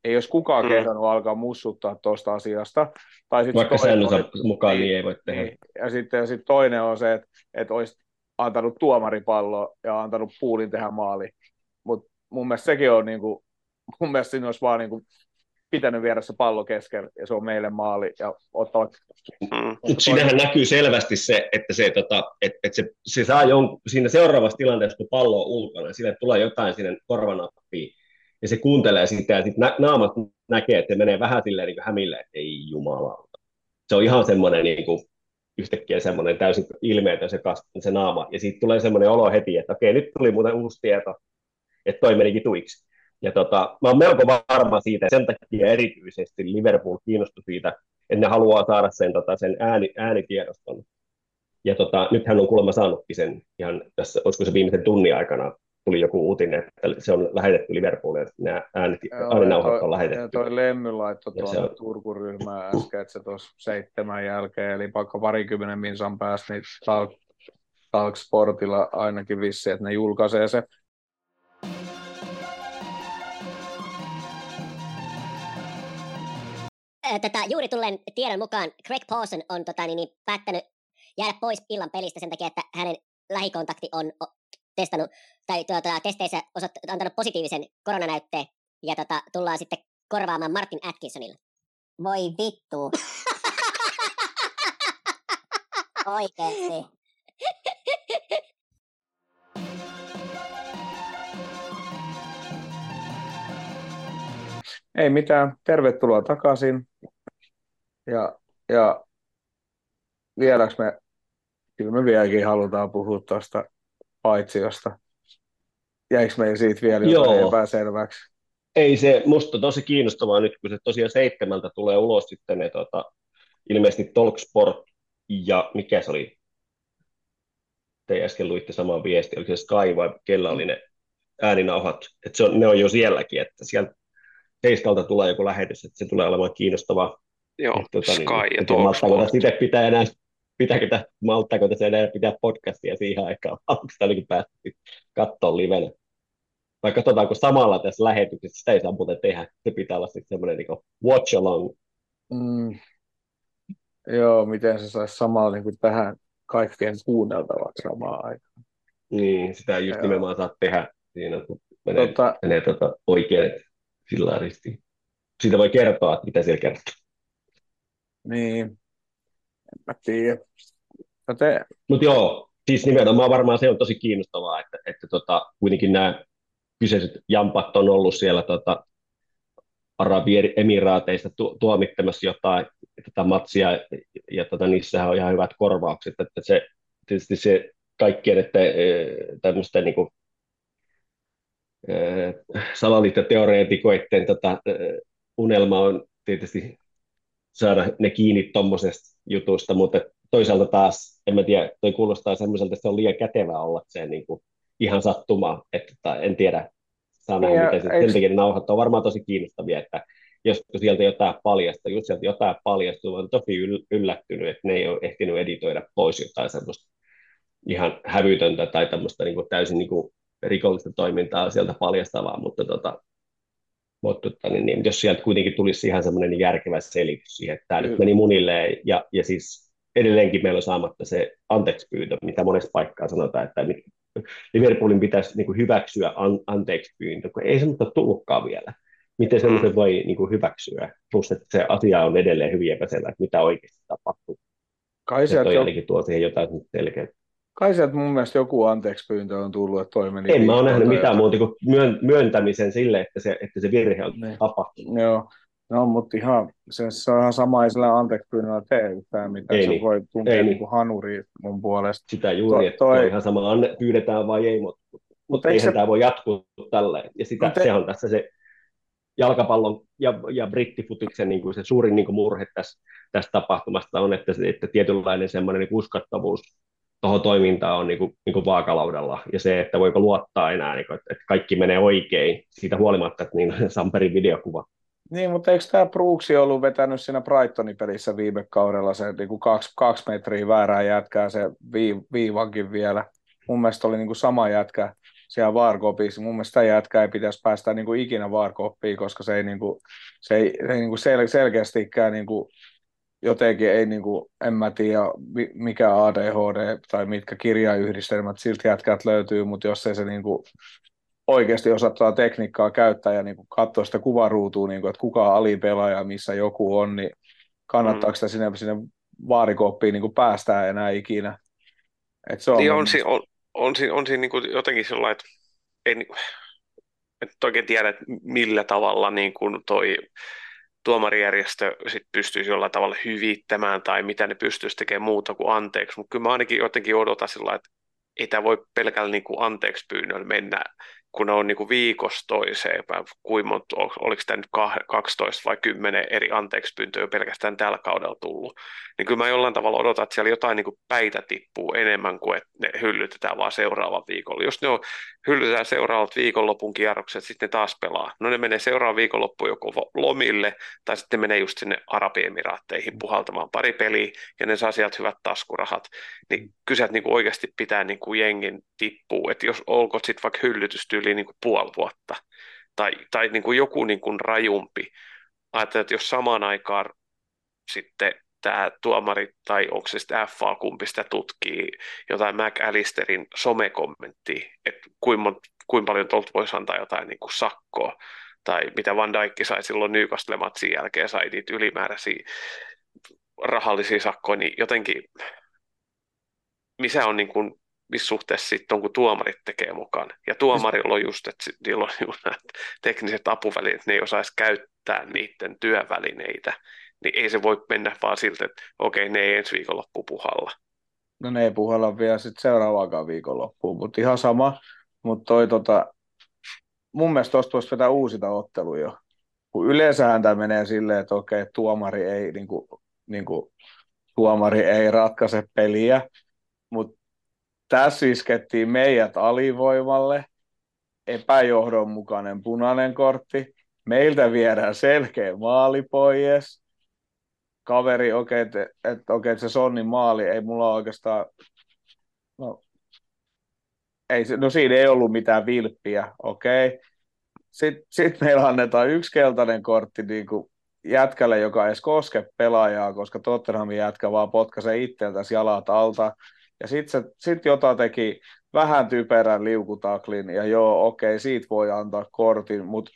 ei olisi kukaan kehdannut alkaa mussuttaa tuosta asiasta. Tai sit Vaikka säännönsä mukaan niin ei voi tehdä. Niin. Ja sitten toinen on se, että olisi antanut tuomaripalloa ja antanut Poolin tehdä maali. Mutta mun mielestä sekin on niinku, mun mielestä siinä olisi vaan niinku pitänyt viedä se pallo keskellä ja se on meille maali ja ottaa. Siinähän näkyy selvästi se, että se saa siinä seuraavassa tilanteessa, kun pallo on ulkona, sille tulee jotain sinne korvanappiin ja se kuuntelee sitä ja sitten naamat näkee, että se menee vähän silleen niin hämille, että ei jumalauta. Se on ihan semmoinen niin kuin, yhtäkkiä semmoinen täysin ilmeetön se naama ja siitä tulee semmoinen olo heti, että okei, nyt tuli muuten uusi tieto, että toi menikin tuiksi. Ja mä oon melko varma siitä, että sen takia erityisesti Liverpool kiinnostui siitä, että ne haluaa saada sen äänitiedoston. Ja nythän on kuulemma saanutkin sen ihan tässä, olisiko se viimeisen tunnin aikana tuli joku uutinen, että se on lähetetty Liverpoolille, nämä ääninauhat on lähetetty. Ja toi Lemmy laittoi tuonne Turku-ryhmään äsken, että se tuossa 7 jälkeen, eli vaikka 20 minsan päästä, niin Talk Sportilla ainakin vissi, että ne julkaisee se. Juuri tulleen tiedon mukaan Greg Pawson on päättänyt jäädä pois illan pelistä sen takia, että hänen lähikontakti on testannut tai testeissä antanut positiivisen koronanäytteen ja tullaan sitten korvaamaan Martin Atkinsonilla. Voi vittu. Oikeesti. Ei mitään, tervetuloa takaisin. Ja vieläks kyllä me vieläkin halutaan puhua tuosta paitsiosta. Jäikö meillä siitä vielä jotain epäselväksi? Ei se, musta tosi kiinnostavaa nyt, kun se tosiaan 7 tulee ulos sitten ne ilmeisesti Talksport ja mikä se oli? Te äsken luitte saman viesti, oliko se Sky vai kellä oli ne ääninauhat? Että ne on jo sielläkin, että sieltä 7 tulee joku lähetys, että se tulee olemaan kiinnostavaa. Joo, Sky ja Talksport. Itse pitää enää, malttaako tässä enää pitää podcastia siihen aikaan, onko sitä ainakin päästy katsoa livenä. Vai katsotaanko samalla tässä lähetyksessä, sitä ei saa muuten tehdä, se pitää olla sitten semmoinen niin watch along. Joo, miten se saisi samalla niin kuin tähän kaikkien kuunneltavaksi samaan aikaan. Niin, sitä ei just nimenomaan saa tehdä siinä, kun menee oikein sillä ristiin. Siitä voi kertoa, että mitä siellä kertoo. Niin, en mä tiedä. Mutta joo, siis nimenomaan varmaan se on tosi kiinnostavaa, että kuitenkin nämä kyseiset jampat on ollut siellä Arabiemiraateista tuomittamassa jotain matsia, ja niissähän on ihan hyvät korvaukset, että se tietysti se kaikkien, että tämmöisten niin kuin salaliittoteoreetikoiden unelma on tietysti saada ne kiinni tuommoisesta jutusta, mutta toisaalta taas, en mä tiedä, toi kuulostaa semmoiselta, että se on liian kätevää olla se niin kuin ihan sattumaa, että en tiedä, saa nähdä, miten sen takia nauhat on varmaan tosi kiinnostavia, että jos sieltä jotain paljastuu, on tosi yllättynyt, että ne ei ole ehtinyt editoida pois jotain semmoista ihan hävytöntä tai tämmöistä niin kuin täysin niin kuin rikollista toimintaa sieltä paljastavaa, mutta niin, jos sieltä kuitenkin tulisi ihan semmoinen järkevä selitys siihen, että tämä nyt meni munilleen, ja siis edelleenkin meillä on saamatta se anteeksipyyntö, mitä monessa paikkaa sanotaan, että Liverpoolin pitäisi niin kuin hyväksyä anteeksipyyntö, kun ei semmoista tullutkaan vielä. Miten semmoisen voi niin kuin hyväksyä, plus että se asia on edelleen hyvin epäselvä, että mitä oikeasti tapahtuu. Kai sieltä ainakin tuo siihen jotain selkeää. Kai sieltä mun mielestä joku anteeksipyyntö on tullut, että toi meni. En mä ole nähnyt mitään muuta kuin myöntämisen sille, että se virhe on tapahtunut. Joo, no, mutta ihan, se on ihan sama, ei sillä anteeksipyynnöllä tee yhtään mitään. Ei se niin. voi tuntea niin kuin hanuri mun puolesta. Sitä juuri, että on ihan sama, pyydetään vai ei, mutta eihän tämä voi jatkuu tälleen. Ja se on tässä se jalkapallon ja brittifutiksen niin kuin se suurin niin kuin murhe tässä tapahtumasta on, että tietynlainen semmoinen niin uskottavuus tuohon toimintaan on niin kuin vaakalaudalla, ja se, että voiko luottaa enää, niin kuin, että kaikki menee oikein, siitä huolimatta, että niin Samperin videokuva. Niin, mutta eikö tämä Brooksi ollut vetänyt siinä Brightonin pelissä viime kaudella se niin kuin 2 metriä väärää jätkää, se viivankin vielä. Mun mielestä oli niin kuin sama jätkä siellä VAR-kopissa. Mun mielestä sitä jätkää ei pitäisi päästä niin kuin ikinä VAR-koppiin, koska se ei, niin kuin, se ei niin kuin selkeästikään niin kuin, jotenkin ei, niin kuin, en mä tiedä mikä ADHD tai mitkä kirjayhdistelmät siltä jätkät löytyy, mutta jos ei se niin kuin, oikeasti osattaa tekniikkaa käyttää ja niin kuin, katsoa sitä kuvaruutua, niin kuin, että kuka on alipelaaja, missä joku on, niin kannattaako sitä sinne vaarikoppiin niin kuin päästään enää ikinä. Et se on Niin mun on, mielestä. on siinä niin kuin jotenkin sellainen, että en, en oikein tiedä, että millä tavalla niin kuin toi tuomarijärjestö sit pystyisi jollain tavalla hyvittämään tai mitä ne pystyisi tekemään muuta kuin anteeksi, mutta kyllä mä ainakin jotenkin odotan sillä, että ei tämä voi pelkällä niin kuin anteeksi pyynnöllä mennä, kun ne on niin kuin viikosta toiseen, kuinka monta, oliko tämä nyt 12 vai 10 eri anteeksi pyyntöä pelkästään tällä kaudella tullut, niin kyllä mä jollain tavalla odotan, että siellä jotain niin kuin päitä tippuu enemmän kuin että ne hyllytetään vaan seuraavan viikolla. Jos ne on, hyllytetään seuraavat viikonlopun kierrokset, sitten ne taas pelaa. No ne menee seuraavan viikonloppuun joko lomille, tai sitten menee just sinne Arabiemiraatteihin puhaltamaan pari peliä, ja ne saa sieltä hyvät taskurahat. Niin kyse, että niin kuin oikeasti pitää niin kuin jengin tippua, että jos olkoon sitten vaikka hyllytystyyliin niin kuin puoli vuotta, tai niin kuin joku niin kuin rajumpi. Ajattelin, että jos samaan aikaan sitten tämä tuomari, tai onko se sitten FA, kumpi sitä tutkii, jotain McAllisterin somekommenttia, että kuinka paljon tuolta voisi antaa jotain niin kuin sakkoa, tai mitä Van Dijk sai silloin Newcastle-matsin jälkeen, sai niitä ylimääräisiä rahallisia sakkoja, niin jotenkin, missä on niin kuin, missä suhteessa sitten on, kun tuomarit tekee mukaan. Ja tuomarilla on just, että niillä on just nämä tekniset apuvälineet, ne ei osaisi käyttää niiden työvälineitä, niin ei se voi mennä vaan siltä, että okei, ne ei ensi viikonloppu puhalla. No ne ei puhalla vielä sitten seuraavaakaan viikonloppuun, mutta ihan sama. Mutta mun mielestä tuosta voisi vetää uusita otteluja jo. Kun yleensähän tämä menee silleen, että okei, tuomari ei ratkaise peliä, mutta tässä iskettiin meidät alivoimalle, epäjohdonmukainen punainen kortti, meiltä viedään selkeä maali pois, kaveri, että se Sonnin maali, ei mulla oikeastaan, no, no siinä ei ollut mitään vilppiä, okei. Sitten meillä annetaan yksi keltainen kortti niin kuin jätkälle, joka ei edes koske pelaajaa, koska Tottenhamin jätkä vaan potkaisee itseltäsi jalat alta. Ja sitten Jota teki vähän typerän liukutaklin, ja joo, okei, siitä voi antaa kortin, mutta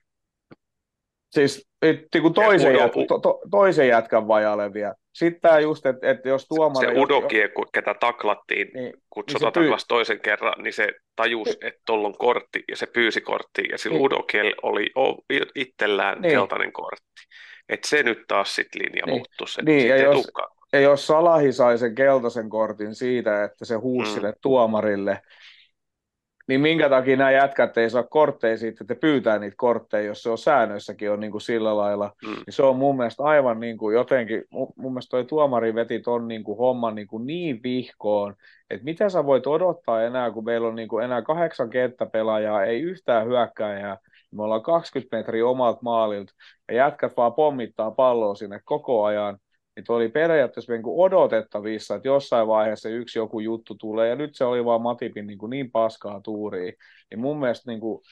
siis niin toisen jätkän vajalle vielä. Sitten tämä just, että jos tuomari... Se Udokie, ketä taklattiin, kun niin Jota taklasi toisen kerran, niin se tajusi, että tuolla on kortti, ja se pyysi korttia, ja sillä Udokiel oli itsellään keltainen kortti. Että se nyt taas sitten linja muuttuisi. Ja jos Salahi sai sen keltaisen kortin siitä, että se huusi sille tuomarille, niin minkä takia nämä jätkät ei saa kortteja siitä, että pyytää niitä kortteja, jos se on säännöissäkin on niin kuin sillä lailla. Niin se on mun mielestä aivan niin kuin jotenkin, mun mielestä toi tuomari veti ton niin kuin homman niin vihkoon, että mitä sä voit odottaa enää, kun meillä on niin kuin enää 8 kenttäpelaajaa, ei yhtään hyökkääjää, me ollaan 20 metriä omalta maalilta, ja jätkät vaan pommittaa palloa sinne koko ajan. Niin oli periaatteessa niin kuin odotettavissa, että jossain vaiheessa yksi joku juttu tulee, ja nyt se oli vaan Matipin niin paskaa tuuria. Niin mun mielestä,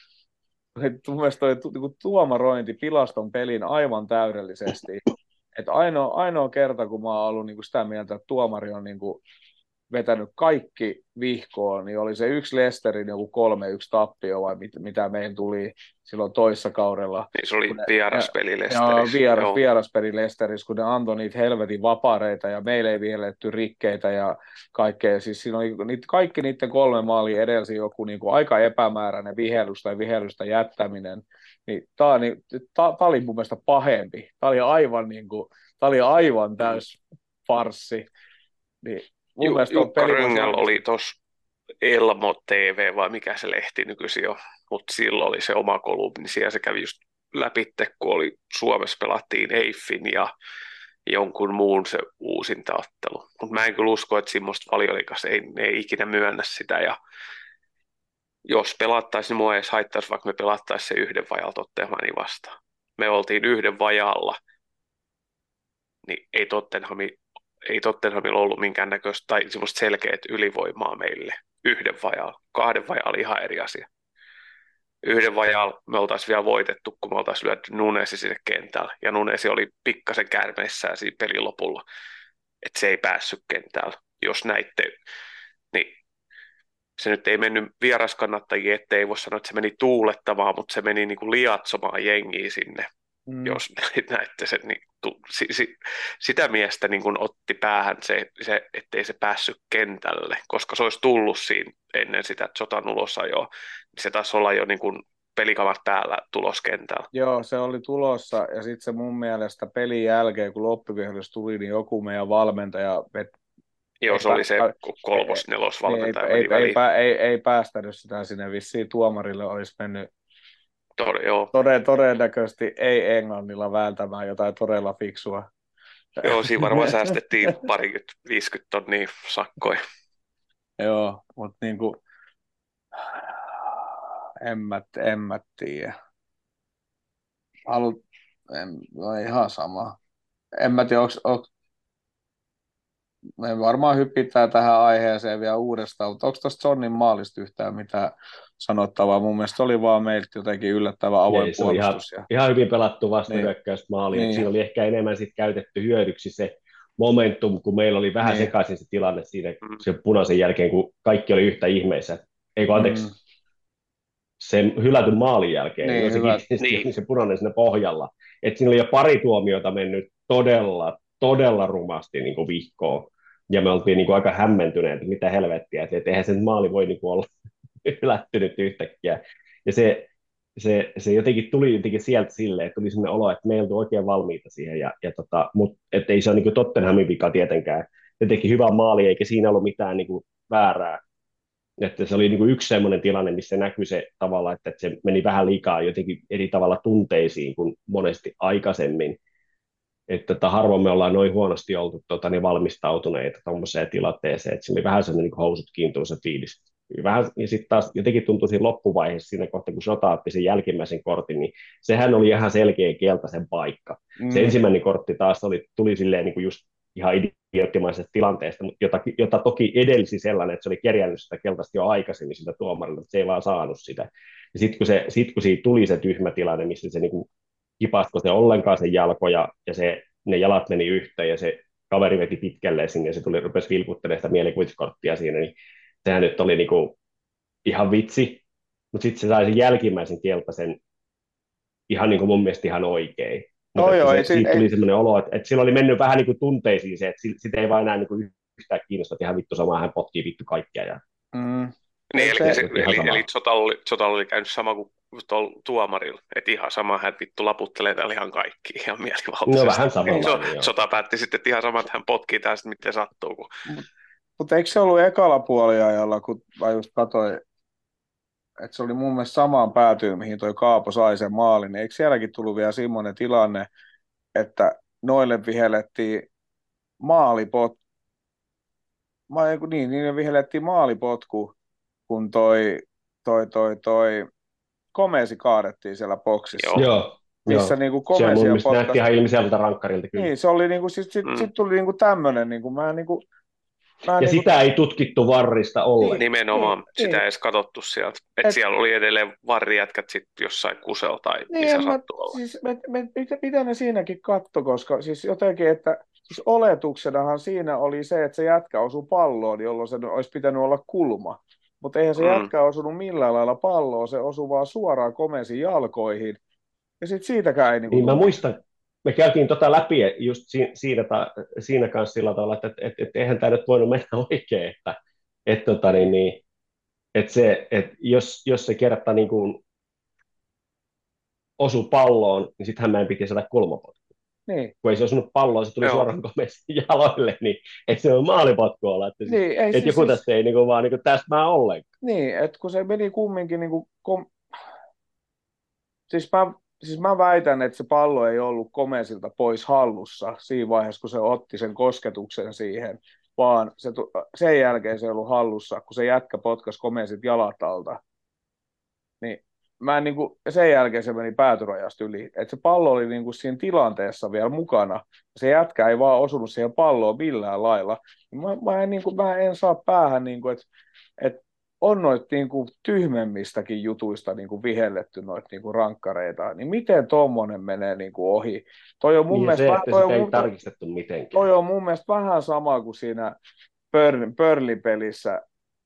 toi tuomarointi pilaston pelin aivan täydellisesti. Että ainoa kerta, kun mä oon ollut niin kuin sitä mieltä, että tuomari on niin kuin vetänyt kaikki vihkoon, niin oli se yksi Leicesterin joku 3-1 tappio, vai mitä meidän tuli silloin toissa kaudella. Niin se oli vieraspeli Leicesterissä. Vieraspeli Leicesterissä, kun ne antoi niitä helvetin vapareita, ja meille ei vihelletty rikkeitä ja kaikkea. Siis siinä oli kaikki niiden 3 maalia edelsi joku niin kuin aika epämääräinen vihellys tai vihellystä jättäminen. Niin tämä oli mun mielestä pahempi. Tämä oli aivan täys farssi. Niin Jukka Röngäl oli tuossa Elmo TV, vai mikä se lehti nykyisin on, mutta silloin oli se oma kolumni, niin siellä se kävi just läpitte, kun oli Suomessa pelattiin Eiffin ja jonkun muun se uusintaottelu. Mutta mä en kyllä usko, että semmoista Valioliigassa ei ikinä myönnä sitä, ja jos pelattaisiin, niin mua ei edes haittaisi, vaikka me pelattaisiin se yhden vajalta Tottenhamia vastaan. Me oltiin yhden vajalla, niin ei Tottenhamilla ollut minkäännäköistä tai semmoista selkeät ylivoimaa meille yhden vajaalla. Kahden vajaalla oli ihan eri asia. Yhden vajaalla me oltaisiin vielä voitettu, kun me oltaisiin lyöty Nunesi sinne kentälle. Ja Nunesi oli pikkasen käärmeissään siinä pelin lopulla, että se ei päässyt kentälle. Jos näitte, niin se nyt ei mennyt vieraskannattajia, ettei voi sanoa, että se meni tuulettamaan, mutta se meni niin kuin liatsomaan jengiä sinne. Jos näette sen, niin sitä miestä niin kuin otti päähän se, ettei se päässyt kentälle, koska se olisi tullut siinä ennen sitä Zotan ulosajoa, niin se taisi olla jo niin kuin pelikamat päällä tuloskentällä. Joo, se oli tulossa, ja sitten se mun mielestä pelin jälkeen, kun loppuvihollys tuli, niin joku meidän valmentaja... Joo, se oli se kolmos-nelos valmentaja. Ei päästänyt sitä sinne, vissiin tuomarille olisi mennyt Joo. Todennäköisesti ei englannilla vääntämään jotain todella fiksua. Joo, siinä varmaan säästettiin 20-50 tonnia sakkoja. Joo, mutta niinku, en mä tiedä. Ihan sama. En mä tiedä, me varmaan hyppitään tähän aiheeseen vielä uudestaan, mutta onko tuosta Sonnin maalista yhtään mitään sanottavaa? Mun mielestä oli vaan meiltä jotenkin yllättävän avoin puolustus. Ihan hyvin pelattu vastahyökkäysmaali. Niin. Siinä oli ehkä enemmän sit käytetty hyödyksi se momentum, kun meillä oli vähän sekaisin se tilanne siinä sen punaisen jälkeen, kun kaikki oli yhtä ihmeessä. Sen hylätyn maalin jälkeen, se punainen siinä pohjalla. Et siinä oli jo pari tuomiota mennyt todella rumasti niin kuin vihkoon. Ja me oltiin niin kuin aika hämmentyneet, että mitä helvettiä, että eihän sen maali voi niin kuin olla hylättynyt yhtäkkiä. Ja se jotenkin tuli sieltä silleen, että tuli sellainen olo, että me ei oltu oikein valmiita siihen. Mutta ei se ole niin Tottenhamin vika tietenkään. Ne teki hyvän maali, eikä siinä ollut mitään niin kuin väärää. Että se oli niin kuin yksi sellainen tilanne, missä näkyi se tavalla, että se meni vähän liikaa jotenkin eri tavalla tunteisiin kuin monesti aikaisemmin. Että harvoin me ollaan noin huonosti oltu valmistautuneita tuommoiseen tilanteeseen, että se oli vähän sellainen niin housut kiintuu se fiilis. Vähän, ja sitten taas jotenkin tuntui siinä loppuvaiheessa siinä kohtaa, kun Jota otti sen jälkimmäisen kortin, niin sehän oli ihan selkeä keltaisen paikka. Se ensimmäinen kortti taas tuli silleen niin kuin just ihan idioottimaisesta tilanteesta, jota toki edelsi sellainen, että se oli kerjännyt sitä keltaista jo aikaisemmin sitä tuomarilla, että se ei vaan saanut sitä. Ja sitten kun siitä tuli se tyhmä tilanne, missä se niin kuin kipasko se ollenkaan sen jalkoja, ja ne jalat meni yhteen, ja se kaveri veti pitkälle sinne, ja se rupesi vilkuttelemaan sitä mielikuvituskorttia siinä, niin sehän nyt oli niinku ihan vitsi, mutta sitten se sai sen jälkimmäisen keltaisen ihan niin kuin mun mielestä ihan oikein. Siitä tuli semmoinen olo, että sillä oli mennyt vähän niin kuin tunteisiin se, että sitä ei vaan enää niin kuin yhtään kiinnosta, että ihan vittu samaa, hän potkii vittu kaikkea. Niin, eli Zotalla oli käynyt sama kuin tuomarilla, että ihan sama, hän vittu laputtelee täällä ihan kaikki ihan mielivaltaisesti. No vähän samalla. Zota päätti sitten, että ihan sama, että hän potkii tästä, miten sattuu. Mutta eikö se ollut ekalla puoliajalla, kun mä just katsoin, että se oli mun mielestä samaan päätyyn, mihin toi Kaapo sai sen maalin, niin eikö sielläkin tullut vielä semmoinen tilanne, että noille vihellettiin maalipotku, kun toi Komesi kaadettiin siellä boksissa. Joo. Missä niinku Komesia potkasi. Se näytti ihan ilmiseltä rankkarilta kyllä. Niin, se oli niinku, sit tuli niinku tämmönen, niinku, sitä ei tutkittu varrista ollenkaan. Nimenomaan, sitä ei edes katsottu sieltä. Siellä oli edelleen varrijätkät sitten jossain kusella tai missä sattuu olla. Siis mitä ne siinäkin katto, koska siis jotenkin, että siis oletuksenahan siinä oli se, että se jätkä osui palloon, jolloin se olisi pitänyt olla kulma. Mutta eihän se jätkä osunut millään lailla palloon, se osui vaan suoraan Komesin jalkoihin. Ja sitten siitäkään ei... Niin mä muistan, me käytiin läpi just siinä kanssa sillä tavalla, että eihän tämä nyt voinut mennä oikein, että jos se kerta niin kuin osui palloon, niin sittenhän meidän piti saada kulmapotku. Niin. Kun ei se osunut palloon, se tuli suoraan Komesin jaloille, niin ei se ole maalipotku olla. Että joku tästä ei niin kuin vaan niin täsmää ollenkaan. Niin, että kun se meni kumminkin... Niin kuin Siis mä väitän, että se pallo ei ollut Komesilta pois hallussa siinä vaiheessa, kun se otti sen kosketuksen siihen, vaan sen jälkeen se ei ollut hallussa, kun se jätkä potkasi Komesit jalat alta. Niin sen jälkeen se meni päätyrajasta yli. Että se pallo oli niin kuin siinä tilanteessa vielä mukana. Se jätkä ei vaan osunut siihen palloon millään lailla. Mä en saa päähän, että on noita niinku tyhmemmistäkin jutuista niinku vihelletty noita niinku rankkareita, niin miten tommonen menee niinku ohi? Toi on mun Niin ja mielestä se, vähän, että sitä ei tarkistettu mitenkään. toi on mun mielestä vähän sama kuin siinä Burnley-pelissä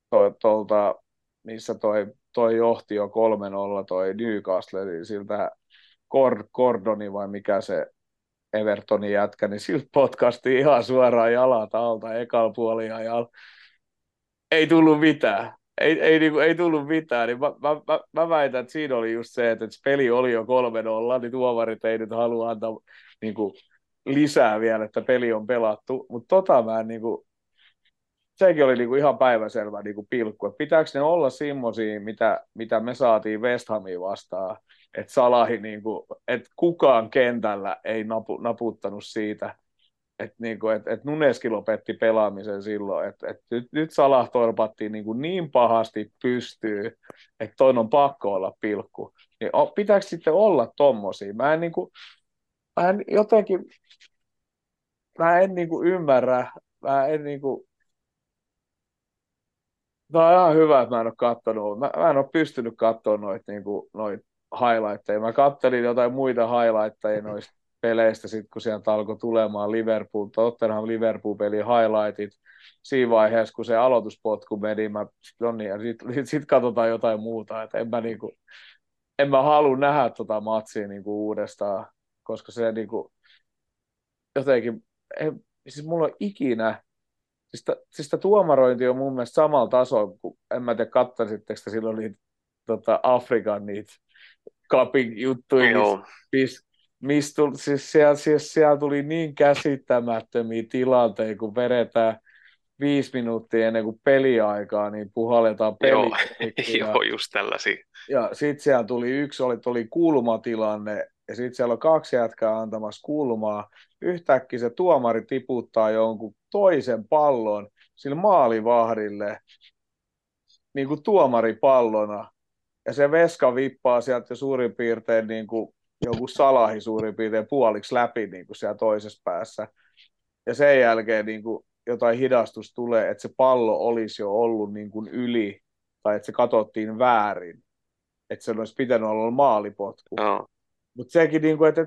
missä toi johti jo 3-0 toi Newcastle, niin siltä Gordoni vai mikä se Evertonin jätkä, niin siltä potkasti ihan suoraan jalat alta ekalla puoliajalla. Ei tullut mitään. Ei tullut mitään, niin mä väitän, että siinä oli just se, että se peli oli jo 3-0, niin tuomarit ei nyt halua antaa niin kuin, lisää vielä, että peli on pelattu, mutta mä en niin kuin, sekin oli niin kuin ihan päiväselvä niin kuin pilkku, että pitääkö ne olla semmoisia, mitä me saatiin West Hamia vastaan, että Salahi, niin kuin, että kukaan kentällä ei naputtanut siitä, että niinku, et Nuneskin lopetti pelaamisen silloin, että nyt Salah torpattiin niin pahasti pystyy, että toinen on pakko olla pilkku. Niin pitääkö sitten olla tommosia? Mä en jotenkin, mä en ymmärrä, mä en tämä on ihan hyvä, että mä en ole katsonut, mä en ole pystynyt katsomaan noita highlightteja. Mä kattelin jotain muita highlightteja noista peleistä, sit kun sieltä alkoi tulemaan Tottenham Liverpool-peli highlightit. Siinä vaiheessa, kun se aloituspotku meni, no niin, ja sit katsotaan jotain muuta. Et en mä halua nähdä tota matsia uudestaan, koska se jotenkin, siis mulla on ikinä. Siis tuomarointi on mun mielestä samalla tasolla, kun en mä tiedä, katsoisitteko te silloin niitä Afrikan niitä cupin juttuja, siis siellä tuli niin käsittämättömiä tilanteita, kun vedetään 5 minuuttia ennen kuin peliaikaa, niin puhalletaan peli. Joo, just tällaisia. Ja sitten siellä tuli oli kulmatilanne, ja sitten siellä on 2 jätkää antamassa kulmaa. Yhtäkkiä se tuomari tiputtaa jonkun toisen pallon sille maalivahdille niin kuin tuomaripallona. Ja se veska vippaa sieltä jo suurin piirtein niin kuin joku Salahi suurin piirtein puoliksi läpi niin kuin siellä toisessa päässä. Ja sen jälkeen niin kuin jotain hidastus tulee, että se pallo olisi jo ollut niin kuin yli, tai että se katsottiin väärin. Että se olisi pitänyt olla maalipotku. No. Mutta sekin, niin kuin, että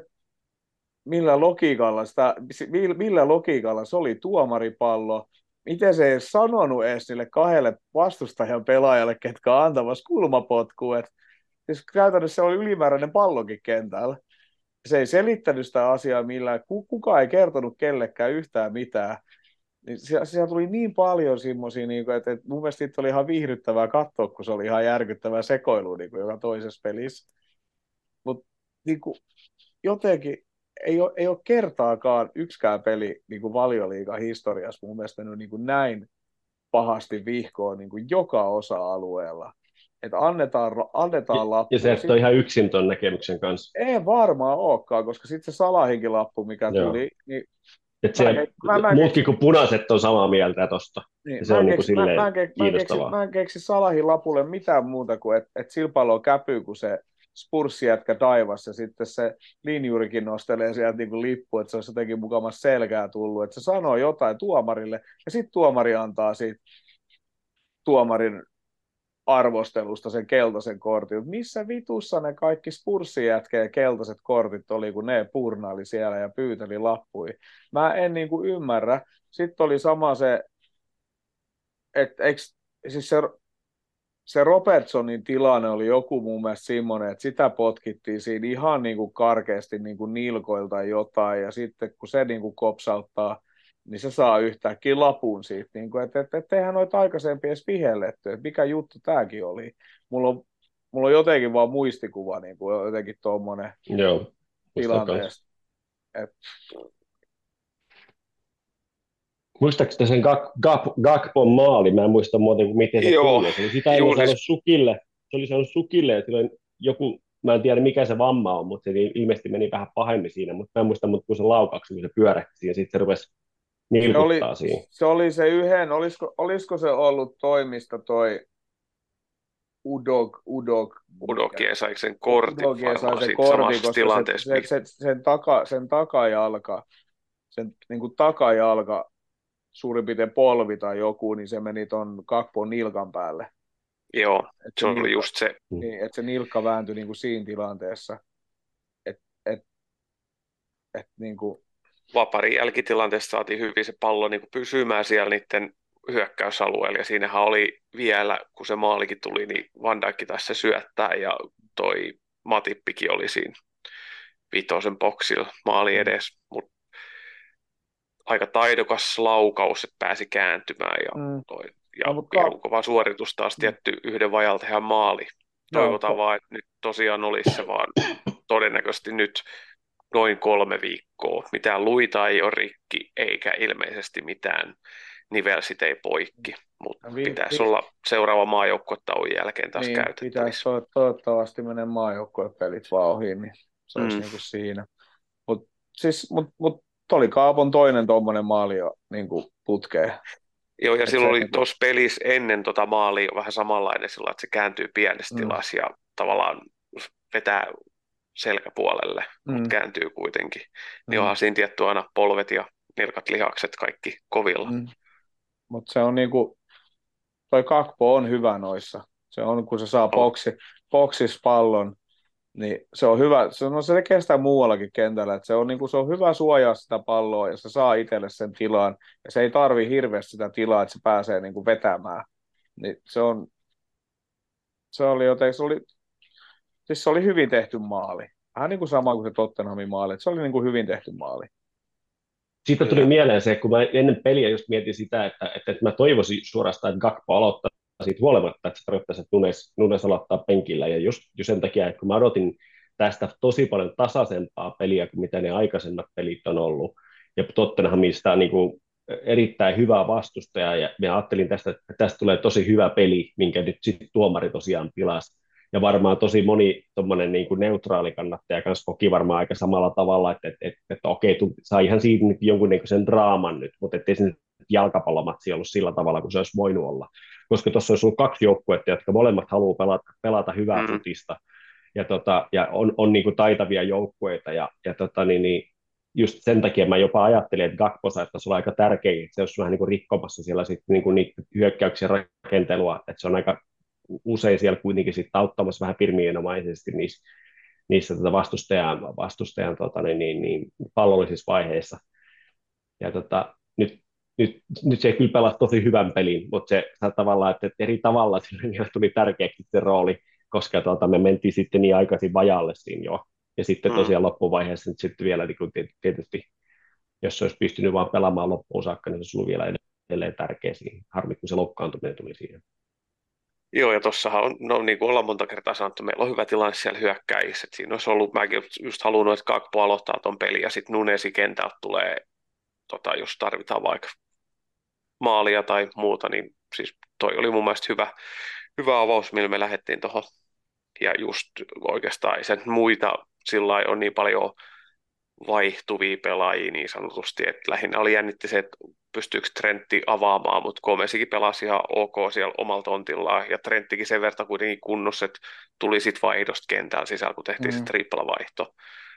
millä logiikalla se oli tuomaripallo, miten se ei sanonut edes niille 2 vastustajan pelaajalle, ketkä on antamassa kulmapotkua. Siis käytännössä se oli ylimääräinen pallokin kentällä. Se ei selittänyt sitä asiaa millään, kukaan ei kertonut kellekään yhtään mitään. Niin siellä tuli niin paljon semmoisia, että mun mielestä siitä oli ihan viihdyttävää katsoa, kun se oli ihan järkyttävää sekoilua joka toisessa pelissä. Mutta jotenkin ei ole kertaakaan yksikään peli Valioliigan historiassa mun mielestä näin pahasti vihkoon joka osa-alueella. Että annetaan lappu. Ja se on ihan yksin tuon näkemyksen kanssa. Ei varmaan olekaan, koska sitten se Salahinkin lappu, mikä tuli, niin muutkin kuin punaiset on samaa mieltä tosta. Niin, se on kiinnostavaa. Mä en keksi Salahin lapulle mitään muuta kuin, että sillä pallo käpyy, kun se Spurssi jätkä taivassa, ja sitten se linjurikin nostelee sieltä lippu, että se olisi jotenkin mukamassa selkää tullut, että se sanoo jotain tuomarille, ja sitten tuomari antaa siitä tuomarin arvostelusta sen keltaisen kortin. Missä vitussa ne kaikki Spurssin jätkeen keltaiset kortit oli, kun ne purnaili siellä ja pyyteli lappuja. Mä en ymmärrä. Sitten oli sama se, että siis se Robertsonin tilanne oli joku mun mielestä semmoinen, että sitä potkittiin siinä ihan karkeasti nilkoilta jotain, ja sitten kun se kopsauttaa, niin se saa yhtäkkiä lapun siitä, että eihän noita aikaisempi edes vihelletty, että mikä juttu tämäkin oli. Mulla on jotenkin vaan muistikuva, jotenkin tuommoinen tilanteesta. Muistaakseni sen Gakpon maali? Mä en muista muuten, miten se tuli. Sitä ei saanut Sukille. Se oli saanut Sukille, että joku, mä en tiedä mikä se vamma on, mutta se ilmeisesti meni vähän pahemmin siinä. Mutta mä en muista, kun se laukaksi, kun se pyörähti ja sitten se rupesi nilkuttaa siinä. Se oli se yhden, olisiko se ollut toimista toi Udog sai sen kortin varmaan siitä samassa tilanteessa. Sen takajalka, sen takajalka suurin piirtein polvi tai joku, niin se meni ton Gakpon nilkan päälle. Joo, Että se se oli nilkka, just se. niin, että se nilkka vääntyi niin kuin siinä tilanteessa. Että niin kuin, Vaparin jälkitilanteessa saatiin hyvin se pallo niin kuin pysymään siellä niiden hyökkäysalueella, ja siinähän oli vielä, kun se maalikin tuli, niin Van Dijk taisi se syöttää, ja toi Matippikin oli siinä vitosen boksilla maali edes, mutta aika taidokas laukaus, että pääsi kääntymään, mm, no, ja mutta pirun kova suoritus taas tietty yhden vajalta tehdä maali. joo, Toivotaan vaan, että nyt tosiaan olisi se vaan todennäköisesti nyt noin 3 viikkoa. Mitään luita ei ole rikki, eikä ilmeisesti mitään nivelsit ei poikki, mutta pitäisi olla seuraava maajoukkuetauon jälkeen taas niin, pitäisi käytettävissä. toivottavasti mennä maajoukkuepelit vaan ohi, niin se olisi niin kuin siinä. Mutta oli Kaapon toinen tuommoinen maali jo niin kuin putkeen. Joo, ja silloin oli niin tuossa pelissä ennen tota maalia vähän samanlainen sillä, että se kääntyy pienessä tilassa ja tavallaan vetää selkäpuolelle, mutta kääntyy kuitenkin. Niin onhan siinä tietty aina polvet ja nilkat, lihakset, kaikki kovilla. Mutta se on niinku, toi Kakpo on hyvä noissa. Se on, kun se saa boksissa pallon, niin se on hyvä. Se tekee sitä muuallakin kentällä. Se on, niinku, se on hyvä suojaa sitä palloa ja se saa itselle sen tilan. Ja se ei tarvi hirveästi sitä tilaa, että se pääsee niinku vetämään. Niin se oli hyvin tehty maali. Vähän niin kuin sama kuin se Tottenhamin maali. Se oli niin kuin hyvin tehty maali. Siitä tuli mieleen se, kun mä ennen peliä just mietin sitä, että mä toivoisin suorastaan, että Gakpo aloittaa siitä huolimatta, että se tarkoittaisi, että Nunes aloittaa penkillä. Ja just sen takia, että kun mä odotin tästä tosi paljon tasaisempaa peliä kuin mitä ne aikaisemmat pelit on ollut. Ja Tottenhamista niin kuin erittäin hyvää vastustajaa. Ja mä ajattelin tästä, että tästä tulee tosi hyvä peli, minkä nyt sitten tuomari tosiaan pilasi. Ja varmaan tosi moni tommonen niin kuin neutraali kannattaja kanssa koki varmaan aika samalla tavalla, että okei, saa ihan siitä nyt jonkunnäköisen draaman nyt, mutta ettei se nyt jalkapallomatsi ollut sillä tavalla, kuin se olisi voinut olla. Koska tuossa olisi ollut 2 joukkuetta, jotka molemmat haluaa pelata hyvää futista, ja on niin kuin taitavia joukkueita, ja just sen takia mä jopa ajattelin, että Gakpo saattaisi olla aika tärkeä, että se olisi vähän niin kuin rikkomassa siellä sitten niin kuin niitä hyökkäyksiä rakentelua, että se on aika usein siellä kuitenkin sitten auttamassa vähän pirmiinomaisesti niissä vastustajan pallollisissa vaiheissa. Ja nyt se kyllä pelasi tosi hyvän pelin, mutta se tavallaan, että eri tavalla sille tuli tärkeäksi se rooli, koska me mentiin sitten niin aikaisin vajalle siinä jo. Ja sitten tosiaan loppuvaiheessa nyt sitten vielä niin tietysti, jos se olisi pystynyt vaan pelaamaan loppuun saakka, niin se olisi ollut vielä edelleen tärkeä siinä. Harmi, kun se loukkaantuminen tuli siihen. Joo, ja tuossahan on, no niin kuin ollaan monta kertaa sanottu, meillä on hyvä tilanne siellä hyökkäjissä. Että siinä olisi ollut, mäkin just halunnut, että Gakpo aloittaa ton pelin, ja sitten Nunesi kentältä tulee, jos tarvitaan vaikka maalia tai muuta, niin siis toi oli mun mielestä hyvä avaus, millä me lähdettiin tuohon. Ja just oikeastaan ei sen muita sillä lailla on niin paljon vaihtuvia pelaajia niin sanotusti, että lähinnä oli jännitti se, että pystyykö Trentti avaamaan, mutta Gomesikin pelasi ihan ok siellä omalla tontillaan, ja Trenttikin sen verran kuitenkin kunnossa, että tuli sitten vaihdosta kentällä sisällä, kun tehtiin se trippelavaihto.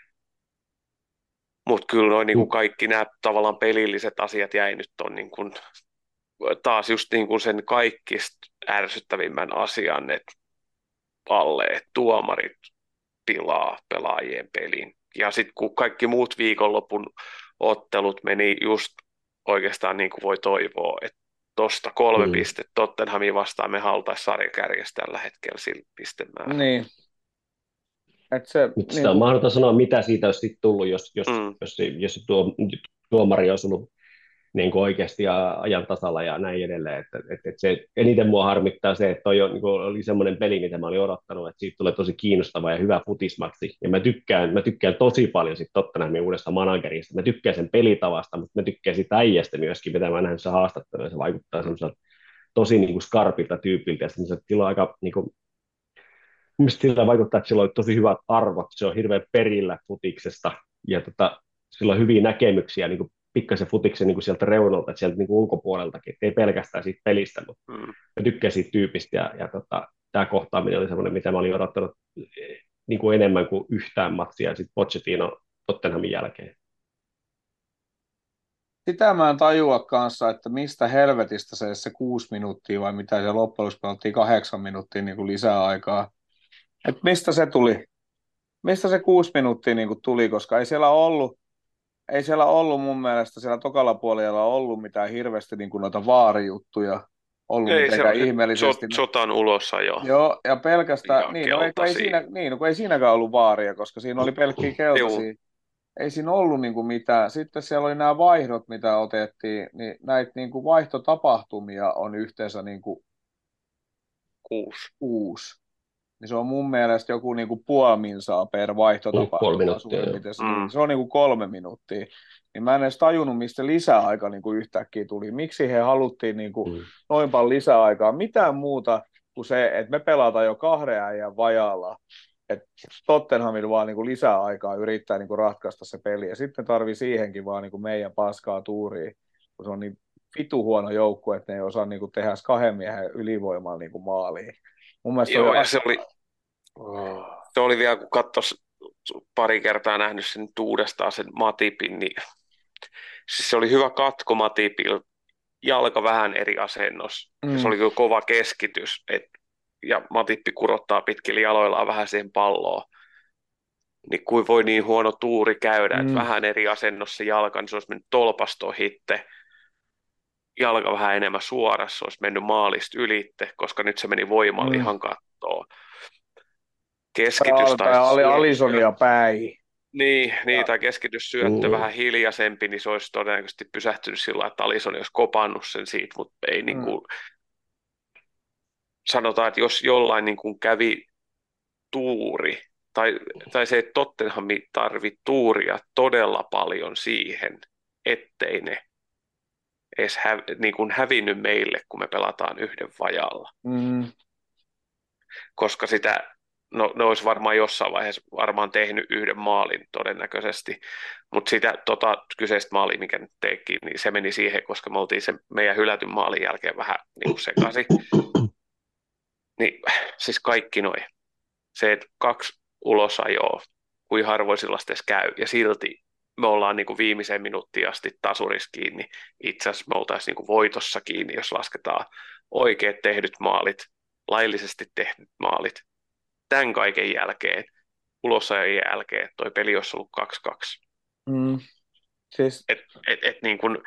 Mutta kyllä noin niin kuin kaikki nämä tavallaan pelilliset asiat jäi nyt on niin kuin, taas just niin kuin sen kaikista ärsyttävimmän asian, että että tuomarit pilaa pelaajien pelin. Ja sitten kun kaikki muut viikonlopun ottelut meni just oikeastaan niin kuin voi toivoa, että tuosta 3 pistettä Tottenhamin vastaan me haltaisi sarjakärjestä tällä hetkellä sillä pistemäärä. Niin. Nyt sitä on mahdotonta sanoa, mitä siitä olisi sitten tullut, jos tuomari olisi ollut niin kuin oikeasti ajan tasalla ja näin edelleen. Että se, eniten mua harmittaa se, että toi niin oli semmoinen peli, mitä mä olin odottanut, että siitä tulee tosi kiinnostava ja hyvä futismatsi. Ja mä tykkään tosi paljon siitä Tottenhamin uudesta managerista. Mä tykkään sen pelitavasta, mutta mä tykkään siitä äijästä myöskin, mitä mä nähnyt se haastattelu. Se vaikuttaa semmoiselta tosi niin kuin skarpilta tyypiltä. Ja sillä on aika, niin kuin, mielestäni sillä vaikuttaa, että sillä on tosi hyvät arvot. Se on hirveän perillä futiksesta ja sillä on hyviä näkemyksiä niin kuin pikkasen futiksen niin kuin sieltä reunalta, että sieltä niin kuin ulkopuoleltakin, että ei pelkästään siitä pelistä, mutta mä tykkään siitä tyypistä, ja tämä kohtaaminen oli semmoinen, mitä mä olin odottanut niin kuin enemmän kuin yhtään matsia, ja sitten Pochettino Tottenhamin jälkeen. Sitä mä en tajua kanssa, että mistä helvetistä se 6 minuuttia vai mitä se loppujen lopuksi pelattiin 8 minuuttia niin kuin lisää aikaa. Et mistä se tuli? Mistä se 6 minuuttia niin kuin tuli, koska ei siellä ollut mun mielestä siellä tokalla puolella ollut mitään hirveästi niin kuin noita vaarijuttuja ollut Ei, se mitenkään on se ihmeellisesti. sotan ulosajo Joo, ja pelkästään, ja niin, no ei, kun ei keltaisia. siinä, niin, no, kun ei siinäkään ollut vaaria, koska siinä oli pelkkiä Juu, keltaisia. Ei siinä ollut niin kuin mitään. Sitten siellä oli nämä vaihdot, mitä otettiin, niin näitä niin kuin vaihtotapahtumia on yhteensä niin kuin 6. 6. Niin se on mun mielestä joku niin kuin puoli minsaa per 3 minuuttia, vaihtotapahtuma suurin joo. piirtein. Niin, se on niin kuin 3 minuuttia. Niin mä en edes tajunnut, mistä lisäaika niin kuin yhtäkkiä tuli. Miksi he haluttiin niin kuin noin paljon lisäaikaa. Mitään muuta kuin se, että me pelataan jo 2 äijän vajalla. Että Tottenhamilla vaan niin kuin lisää aikaa yrittää niin kuin ratkaista se peli. Ja sitten tarvii siihenkin vaan niin kuin meidän paskaa tuuria, kun se on niin vitu huono joukkue, että ne ei osaa niin kuin tehdä 2 miehen ylivoimalla niin kuin maaliin. Mun mielestä se Joo, oli ja se oli vielä, kun katsoisi pari kertaa nähnyt sen nyt uudestaan sen Matipin, niin siis se oli hyvä katko Matipil, jalka vähän eri asennossa. Ja se oli kyllä kova keskitys, ja Matippi kurottaa pitkillä jaloillaan vähän siihen palloon. Niin kuin voi niin huono tuuri käydä, että vähän eri asennossa se jalka, niin se olisi mennyt tolpastoon hitte. Jalka vähän enemmän suorassa, se olisi mennyt maalista ylitte, koska nyt se meni voimalla ihan kattoon. Keskitys tai oli syöttö. Alisonia päihin. Niin, tai keskityssyöttö vähän hiljaisempi, niin se olisi todennäköisesti pysähtynyt sillä, että Alisson olisi kopannut sen siitä, mutta ei niin kuin, sanotaan, että jos jollain niin kuin kävi tuuri, tai se, että Tottenham tarvii tuuria todella paljon siihen, ettei ne edes niin kuin hävinnyt meille, kun me pelataan yhden vajalla. Koska no, ne olisi varmaan jossain vaiheessa varmaan tehnyt yhden maalin todennäköisesti, mutta sitä kyseistä maalia, mikä nyt teki, niin se meni siihen, koska me oltiin sen meidän hylätyn maalin jälkeen vähän niin kuin sekaisin. Niin siis kaikki noin. Se, että 2 ulosajoa, kuin harvoin sellaista edes käy, ja silti me ollaan niin kuin viimeiseen minuuttiin asti tasurissa kiinni. Itse asiassa me oltaisiin niin kuin voitossa kiinni, jos lasketaan oikeat tehdyt maalit, laillisesti tehdyt maalit. Tämän kaiken jälkeen, ulosajon jälkeen, toi peli olisi ollut 2-2. Siis... Niin kuin,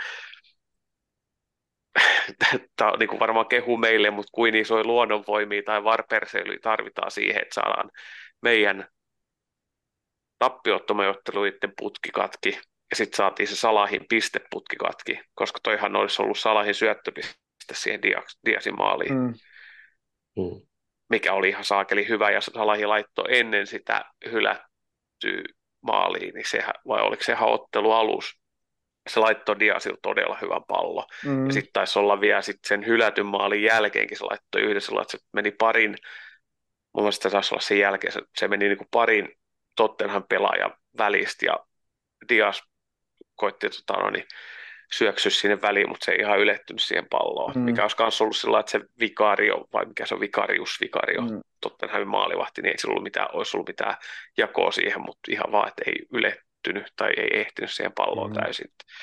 tämä on niin kuin varmaan kehu meille, mutta kuin isoja luonnonvoimia tai varperseilyä tarvitaan siihen, että saadaan meidän tappiottomajoitteluiden putki katki, ja sitten saatiin se Salahin pisteputki katki, koska toihan olisi ollut Salahin syöttöpiste siihen Diasin maaliin, mikä oli ihan saakeli hyvä, ja Salahi laittoi ennen sitä hylättyä maaliin, niin vai oliko se ihan ottelu alus, se laittoi Diasilla todella hyvän pallo, ja sitten taisi olla vielä sen hylätyn maalin jälkeenkin, se laittoi yhdessä, että se meni parin, mun mielestä se taisi olla sen jälkeen, se meni niin kuin parin Tottenham pelaajan välistä, ja Dias koitti syöksyä sinne väliin, mutta se ei ihan ylettynyt siihen palloon, mikä olisi myös ollut sillä, että se Vikario, vai mikä se on Vikario, Tottenhamin maalivahti, niin ei sillä olisi ollut mitään jakoa siihen, mutta ihan vaan, että ei ylettynyt tai ei ehtinyt siihen palloon täysin.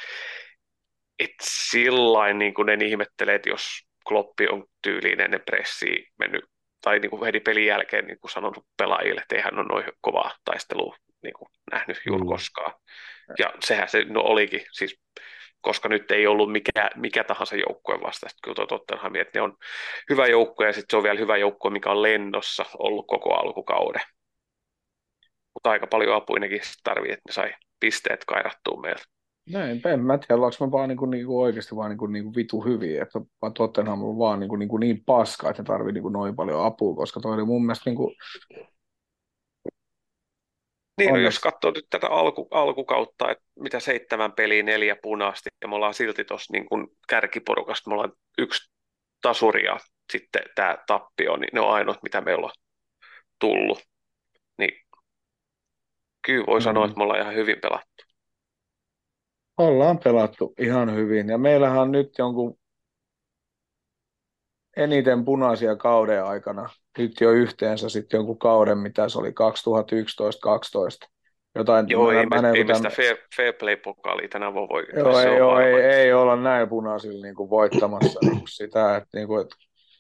Sillain niin kuin ne ihmettelee, että jos Kloppi on tyyliin ennen pressiä mennyt, tai niin kuin heti pelin jälkeen niin kuin sanonut pelaajille, että eihän ole noin kovaa taistelua niin kuin nähnyt juuri koskaan. Ja sehän se olikin, siis, koska nyt ei ollut mikä tahansa joukkue vasta, kyllä tuo Tottenham, että ne on hyvä joukkue, ja sitten se on vielä hyvä joukkue, mikä on lennossa ollut koko alkukauden. Mutta aika paljon apuinakin tarvii, että ne sai pisteet kairattua meiltä. Näin, en mä tiedä, ollaanko me vaan niinku oikeasti vaan niinku vitu hyviä, että Tottenham on vaan niin paska, että ne tarvii noin paljon apua, koska toi oli mun mielestä Niin, no jos katsoo nyt tätä alkukautta, että mitä 7 peliä, 4 punaista, ja me ollaan silti tuossa niin kuin kärkiporukasta, me ollaan 1 tasuri ja sitten tämä tappio, niin ne on ainoat, mitä meillä on tullut. Niin kyllä voi sanoa, että me ollaan ihan hyvin pelattu. Ollaan pelattu ihan hyvin, ja meillähän on nyt jonkun eniten punaisia kauden aikana, nyt jo yhteensä sitten jonkun kauden, mitä se oli 2011-2012, jotain, Joo, mä näin, ei kun me sitä fair play-pokaalia tänään voi voittaa, joo, se on varma. ei olla näin punaisilla niin kuin voittamassa niin kuin sitä, että, niin kuin, että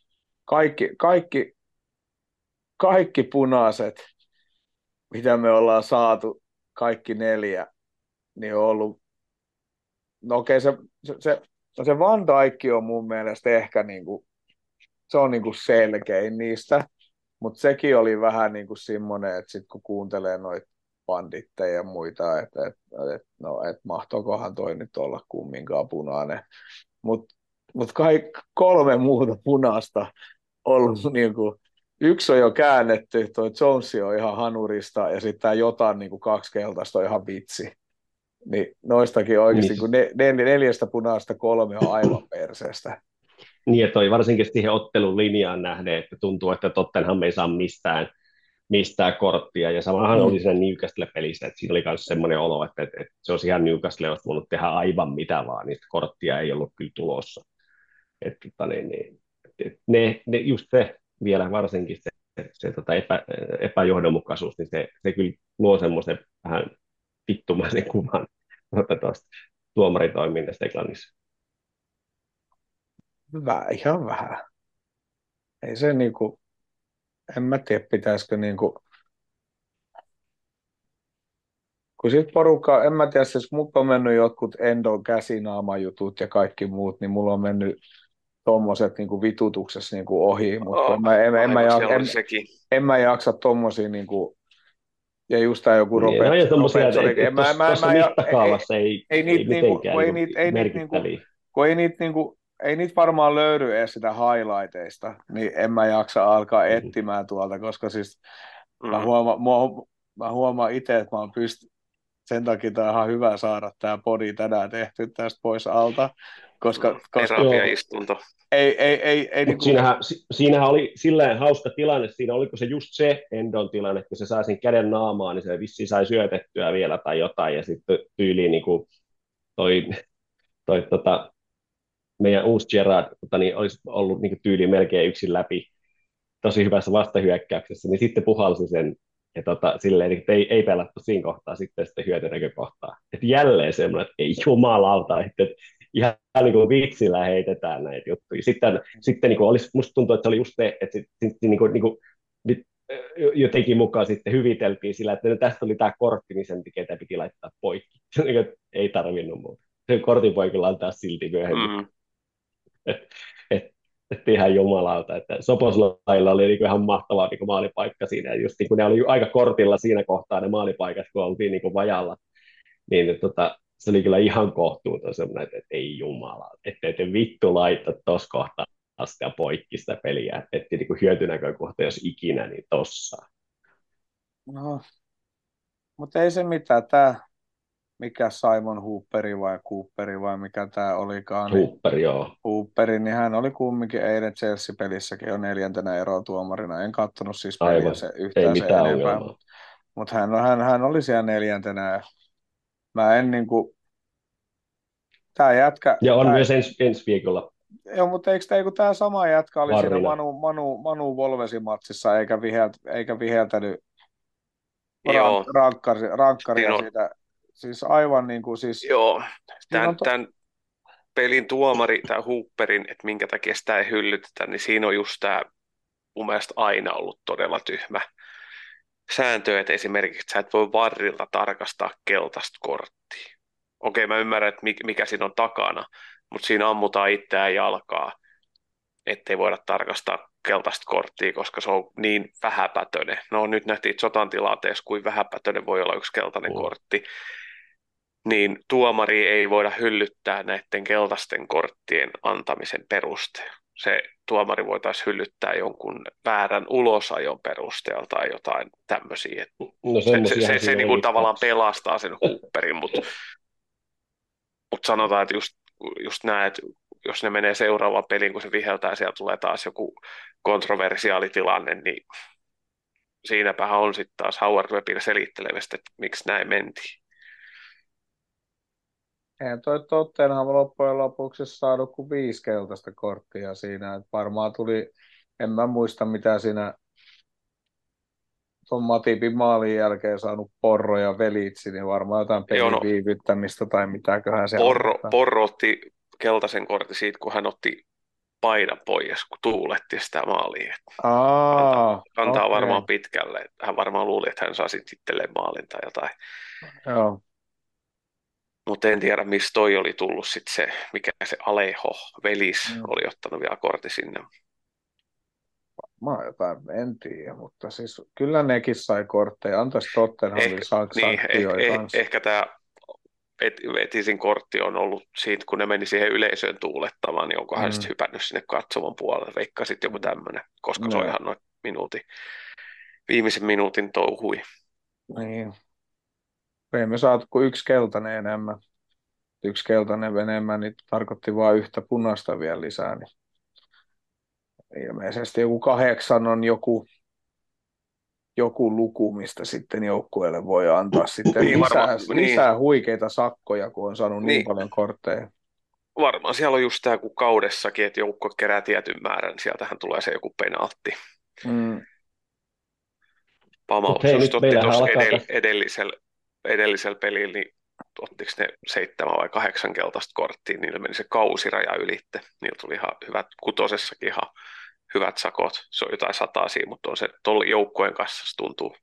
kaikki punaiset, mitä me ollaan saatu, kaikki 4, niin on ollut, no okei, se Van Dijk on mun mielestä ehkä niin kuin, se on niin kuin selkein niistä, mutta sekin oli vähän niin kuin semmoinen, että sit kun kuuntelee noita banditteja ja muita, että mahtoikohan toi nyt olla kumminkaan punainen. Mutta kaikki 3 muuta punaista ollut niin kuin, yksi on jo käännetty, toi Jones on ihan hanurista ja sitten tämä Jotan niin kuin 2 keltaista on ihan vitsi. Niin noistakin oikeasti, kun 4 punaista 3 on aivan perseestä. Niin, että toi varsinkin siihen ottelun linjaan nähden, että tuntuu, että Tottenham ei saa mistään korttia, ja samahan oli siinä Newcastle-pelissä, että siinä oli myös semmoinen olo, että se olisi ihan Newcastle olisi voinut tehdä aivan mitä vaan, niistä korttia ei ollut kyllä tulossa. Just se vielä varsinkin se epäjohdonmukaisuus, niin se kyllä luo semmoisen vähän vittumaisen kuvan tuosta tuomaritoiminnasta Englannissa. Ihan vähän. Ei se niinku, en mä tiedä pitäisikö niinku, kun sit porukka, en mä tiedä, siis mut on mennyt jotkut Endon käsinaamajutut ja kaikki muut, niin mulla on mennyt tommoset niinku vitutuksessa niinku ohi, mutta en mä jaksa tommosia niinku, ja just tää joku Robertson, tuossa mittakaavassa ei niitä mitenkään merkittäviä. Kun ei niitä varmaan löydy edes sitä highlighteista, niin en mä jaksa alkaa etsimään tuolta, koska siis mä huomaan itse, että mä oon sen takia tää on ihan hyvä saada tää podi tänään tehty tästä pois alta, koska terapia-istunto. Ei niinku... siinähän oli silleen hauska tilanne, siinä oliko se just se Endon tilanne, kun se sai sen käden naamaan, niin se vissiin sai syötettyä vielä tai jotain, ja sitten tyyliin niin kuin toi meidän uusi Gerrard niin olisi ollut niin tyyliin melkein yksin läpi tosi hyvässä vastahyökkäyksessä, niin sitten puhalsi sen, ja silleen, että ei pelattu siinä kohtaa sitten hyötynäkökohtaa. Että jälleen semmoinen, että ei jumalauta, että ihan niin kuin vitsillä heitetään näitä juttuja. Sitten niin kuin musta tuntuu, että se oli just se, että niin kuin, jotenkin mukaan sitten hyviteltiin sillä, että no, tästä oli tämä kortti, niin sen takia piti laittaa poikki. Ei tarvinnut muuta. Se kortin poikilla on taas silti myöhemmin. Että ihan jumalauta, että Soposlailla oli niin ihan mahtava niin maalipaikka siinä, ja just niin kuin ne oli aika kortilla siinä kohtaa ne maalipaikat, kun oltiin niin vajalla, niin se oli kyllä ihan kohtuuton semmoinen, että ei jumalauta, että ette vittu laita tuossa kohtaa sitä poikki sitä peliä, että niin hyötynäkökohta, jos ikinä, niin tossa. No, mutta ei se mitään, tämä mikä Simon Hooperi vai Cooperi vai mikä tämä olikaan. Hooper, joo. Hooperi, niin hän oli kumminkin eilen Chelsea-pelissäkin jo 4. erotuomarina. En katsonut siis peliä se yhtään se enempää. Mutta hän oli siellä 4. Mä en niinku... Tää jätkä... Ja on myös ensi viikolla. Joo, mutta eikö tämä sama jätkä oli Varrina siinä Manu Volvesi-matsissa eikä viheltänyt rankkaria siitä. Siis aivan niin kuin siis... Joo, tämän pelin tuomari, tämä Hooperin, että minkä takia sitä ei hyllytetä, niin siinä on just tämä mun mielestä aina ollut todella tyhmä sääntö, että esimerkiksi sä et voi varrilta tarkastaa keltaista korttia. Okei, mä ymmärrän, että mikä siinä on takana, mutta siinä ammutaan itseään jalkaa, ettei voida tarkastaa keltaista korttia, koska se on niin vähäpätöinen. No nyt nähtiin sotan tilanteessa, kuin vähäpätöinen voi olla yksi keltainen kortti. Niin tuomari ei voida hyllyttää näiden keltaisten korttien antamisen perusteella. Se tuomari voitaisiin hyllyttää jonkun väärän ulosajon perusteella tai jotain tämmöisiä. No, se niin kuin tavallaan pelastaa sen Hooperin, mutta sanotaan, että just näet, jos ne menee seuraavaan peliin, kun se viheltää ja siellä tulee taas joku kontroversiaali tilanne, niin siinäpähän on sitten taas Howard Webbillä selittelemästä, että miksi näin mentiin. Eihän toi Tottenham loppujen lopuksi saanut kuin 5 keltaista korttia siinä. Et varmaan tuli, en mä muista mitä siinä tuon Matipin maalin jälkeen saanut Porro ja Velitsi, niin varmaan jotain Joo, pelin no, viivyttämistä tai mitäköhän siellä on. Porro otti keltaisen kortin siitä, kun hän otti paidan pois, kun tuuletti sitä maalia. Kantaa Okei. varmaan pitkälle. Hän varmaan luuli, että hän saa sitten itselleen maalin tai jotain. Joo. Mutta en tiedä, mistä toi oli tullut sitten se, mikä se Alejo Velis Mm. oli ottanut vielä kortti sinne. Mä jotain, en tiedä, mutta siis kyllä nekin sai kortteja. Antaisi Tottenhamille sanktioita kanssa. Ehkä tämä Vetisin kortti on ollut siitä, kun ne meni siihen yleisöön tuulettamaan, niin onko hän sitten hypännyt sinne katsoman puolelle. Veikka sitten joku tämmöinen, koska se on ihan noin viimeisen minuutin touhui. Niin. Ei me saatu kuin yksi keltainen enemmän. Yksi keltainen enemmän, niin tarkoitti vain yhtä punaista vielä lisää. Niin ilmeisesti joku 8 on joku luku, mistä sitten joukkueelle voi antaa sitten lisää huikeita sakkoja, kun on saanut niin paljon kortteja. Varmaan siellä on just tämä kuin kaudessakin, että joukkue kerää tietyn määrän, niin sieltähän tulee se joku penaltti. Pamaus otti tuossa edellisellä pelillä, niin ottiko ne 7 vai 8 keltaista korttia, niillä meni se kausiraja ylitte. Niillä tuli ihan hyvät, kutosessakin ihan hyvät sakot. Se on jotain 100, mutta on se tuolla joukkueen kassassa tuntuu.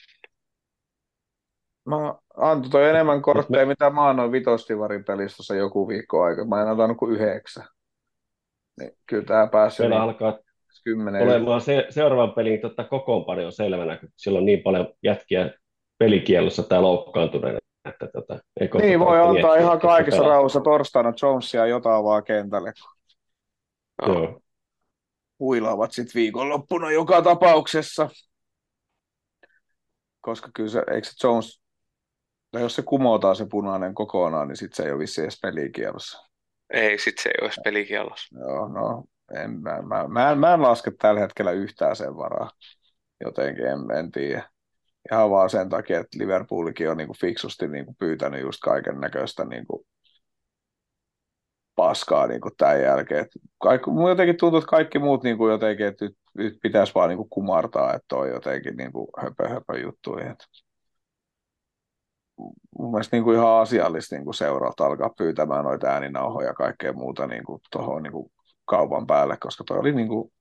No, antoi toi enemmän kortteja, mitä mä annoin Vitostivarin pelissä joku viikko aikaa. Mä en antanut kuin 9. Niin, kyllä tää päässyt meillä alkaa 10. olemaan seuraavan pelin kokoonpano on selvänä, kun siellä on niin paljon jätkiä pelikielossa tai loukkaantuneena. Niin, voi antaa ihan kaikissa rauhassa torstaina Jonesia jotain vaan kentälle. Joo. Huilaavat sitten viikonloppuna joka tapauksessa. Koska kyllä se, eikö se Jones, jos se kumotaan se punainen kokonaan, niin sitten se ei ole vissiin edes pelikielossa. Ei, sitten se ei ole edes pelikielossa. Joo, no, mä en laske tällä hetkellä yhtään sen varaa. Jotenkin en tiedä. Ihan vaan sen takia, että Liverpoolikin on niinku fiksusti niinku pyytänyt just kaiken näköistä niinku paskaa niinku tämän jälkeen. Mun jotenkin tuntuu, että kaikki muut niinku jotenkin, että nyt pitäisi vaan niinku kumartaa, että on jotenkin niinku höpö juttuja. Mun mielestä niinku ihan asiallista niinku seuralta alkaa pyytämään noita ääninauhoja ja kaikkea muuta niinku tuohon niinku kaupan päälle, koska toi oli niinku,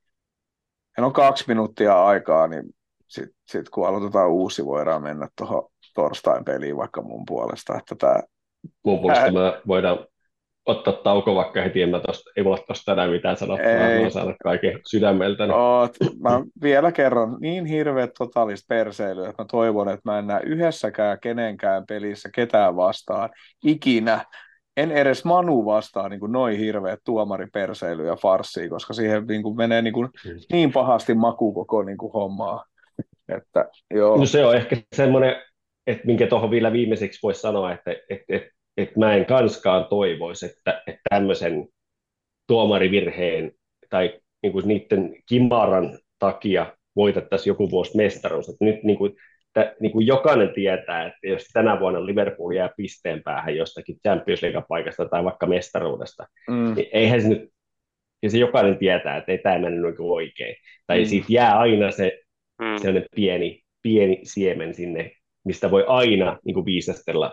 en ole 2 minuuttia aikaa, niin sit kun aloitetaan uusi, voidaan mennä tuohon torstain peliin vaikka mun puolesta. Että mun puolesta me voidaan ottaa tauko vaikka heti, ei mulla tuosta tänään mitään sanottavaa, mä sanon kaiken sydämeltäni. Mä vielä kerron, niin hirveät totaalista perseilyä, että mä toivon, että mä en näe yhdessäkään kenenkään pelissä ketään vastaan ikinä. En edes Manu vastaan niin noin hirveät tuomariperseilyä ja farssia, koska siihen niin kuin menee niin pahasti maku koko niin kuin hommaa. Että, joo. No se on ehkä semmoinen, että minkä tuohon vielä viimeiseksi voisi sanoa, että mä en kanskaan toivoisi, että tämmöisen tuomarivirheen tai niin kuin niiden kimaran takia voitettaisiin joku vuosi mestaruus. Että nyt niin kuin jokainen tietää, että jos tänä vuonna Liverpool jää pisteen päähän jostakin Champions League-paikasta tai vaikka mestaruudesta, niin eihän se nyt, ja se jokainen tietää, että ei tämä mennyt oikein. Tai siitä jää aina se sellainen pieni siemen sinne, mistä voi aina niin kuin viisastella,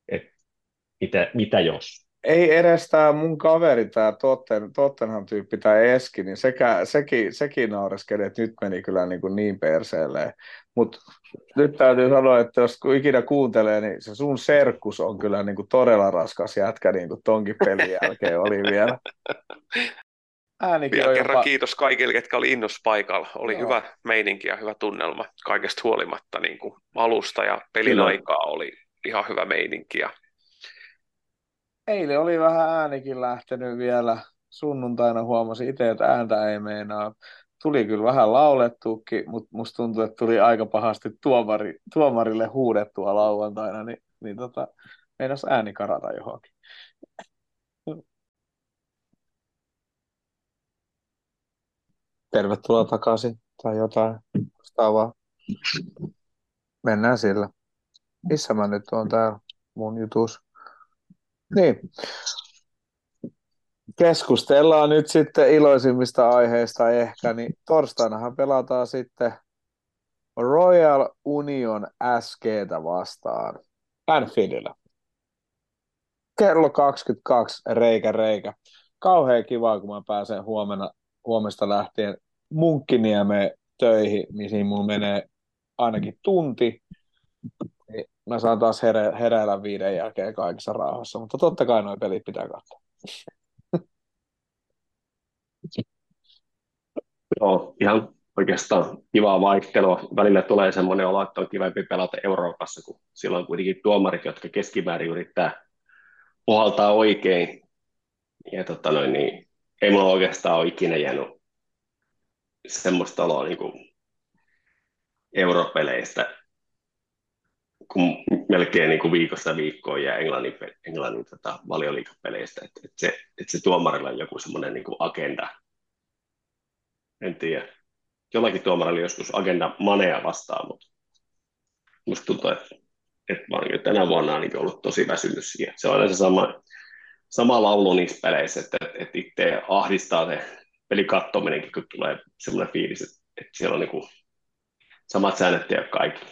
että mitä jos. Ei edes tämä mun kaveri, tämä Tottenham-tyyppi, tämä Eski, niin sekin naureskeli, että nyt meni kyllä niin perseelleen. Mutta nyt täytyy sanoa, että jos ikinä kuuntelee, niin se sun serkkus on kyllä todella raskas jätkä tonkin pelin jälkeen oli vielä. Vielä kerran kiitos kaikille, ketkä oli innossa paikalla. Oli hyvä meininki ja hyvä tunnelma kaikesta huolimatta. Niin kuin alusta ja pelin aikaa oli ihan hyvä meininki. Eilen oli vähän äänikin lähtenyt vielä. Sunnuntaina huomasin itse, että ääntä ei meinaa. Tuli kyllä vähän laulettuukin, mutta musta tuntui, että tuli aika pahasti tuomarille huudettua lauantaina, niin meinasi ääni karata johonkin. Tervetuloa takaisin tai jotain vastaavaa. Mennään sillä. Missä mä nyt oon täällä mun jutus? Niin. Keskustellaan nyt sitten iloisimmista aiheista ehkä, niin torstainahan pelataan sitten Royal Royal Union SG:tä vastaan Anfieldillä. Kello 22, reikä. Kauhean kiva, kun mä pääsen huomesta lähtien Munkkiniemeen töihin, mihin mun menee ainakin tunti. Niin mä saan taas heräillä 5 jälkeen kaikessa rauhassa, mutta totta kai noi pelit pitää katsoa. Joo, ihan oikeastaan kivaa vaihtelua. Välillä tulee semmoinen olo, että on kivempi pelata Euroopassa, kun silloin on kuitenkin tuomarit, jotka keskimäärin yrittää puhaltaa oikein. Ja niin, ei mulla oikeastaan ole ikinä jäänyt semmoista oloa niin kuin europeleistä, kun melkein niin kuin viikosta viikkoon jää Englannin valioliigapeleistä, että se tuomarilla on joku semmoinen niin kuin agenda. En tiedä. Jollakin tuomarilla joskus agenda Manea vastaan, mutta musta tuntuu, että mä oon tänä vuonna ainakin ollut tosi väsynyt siihen. Se on aina se sama laulu niissä peleissä, että itse ahdistaa se pelin katsominenkin, kun tulee semmoinen fiilis, että siellä on niinku samat säännöt ja kaikki.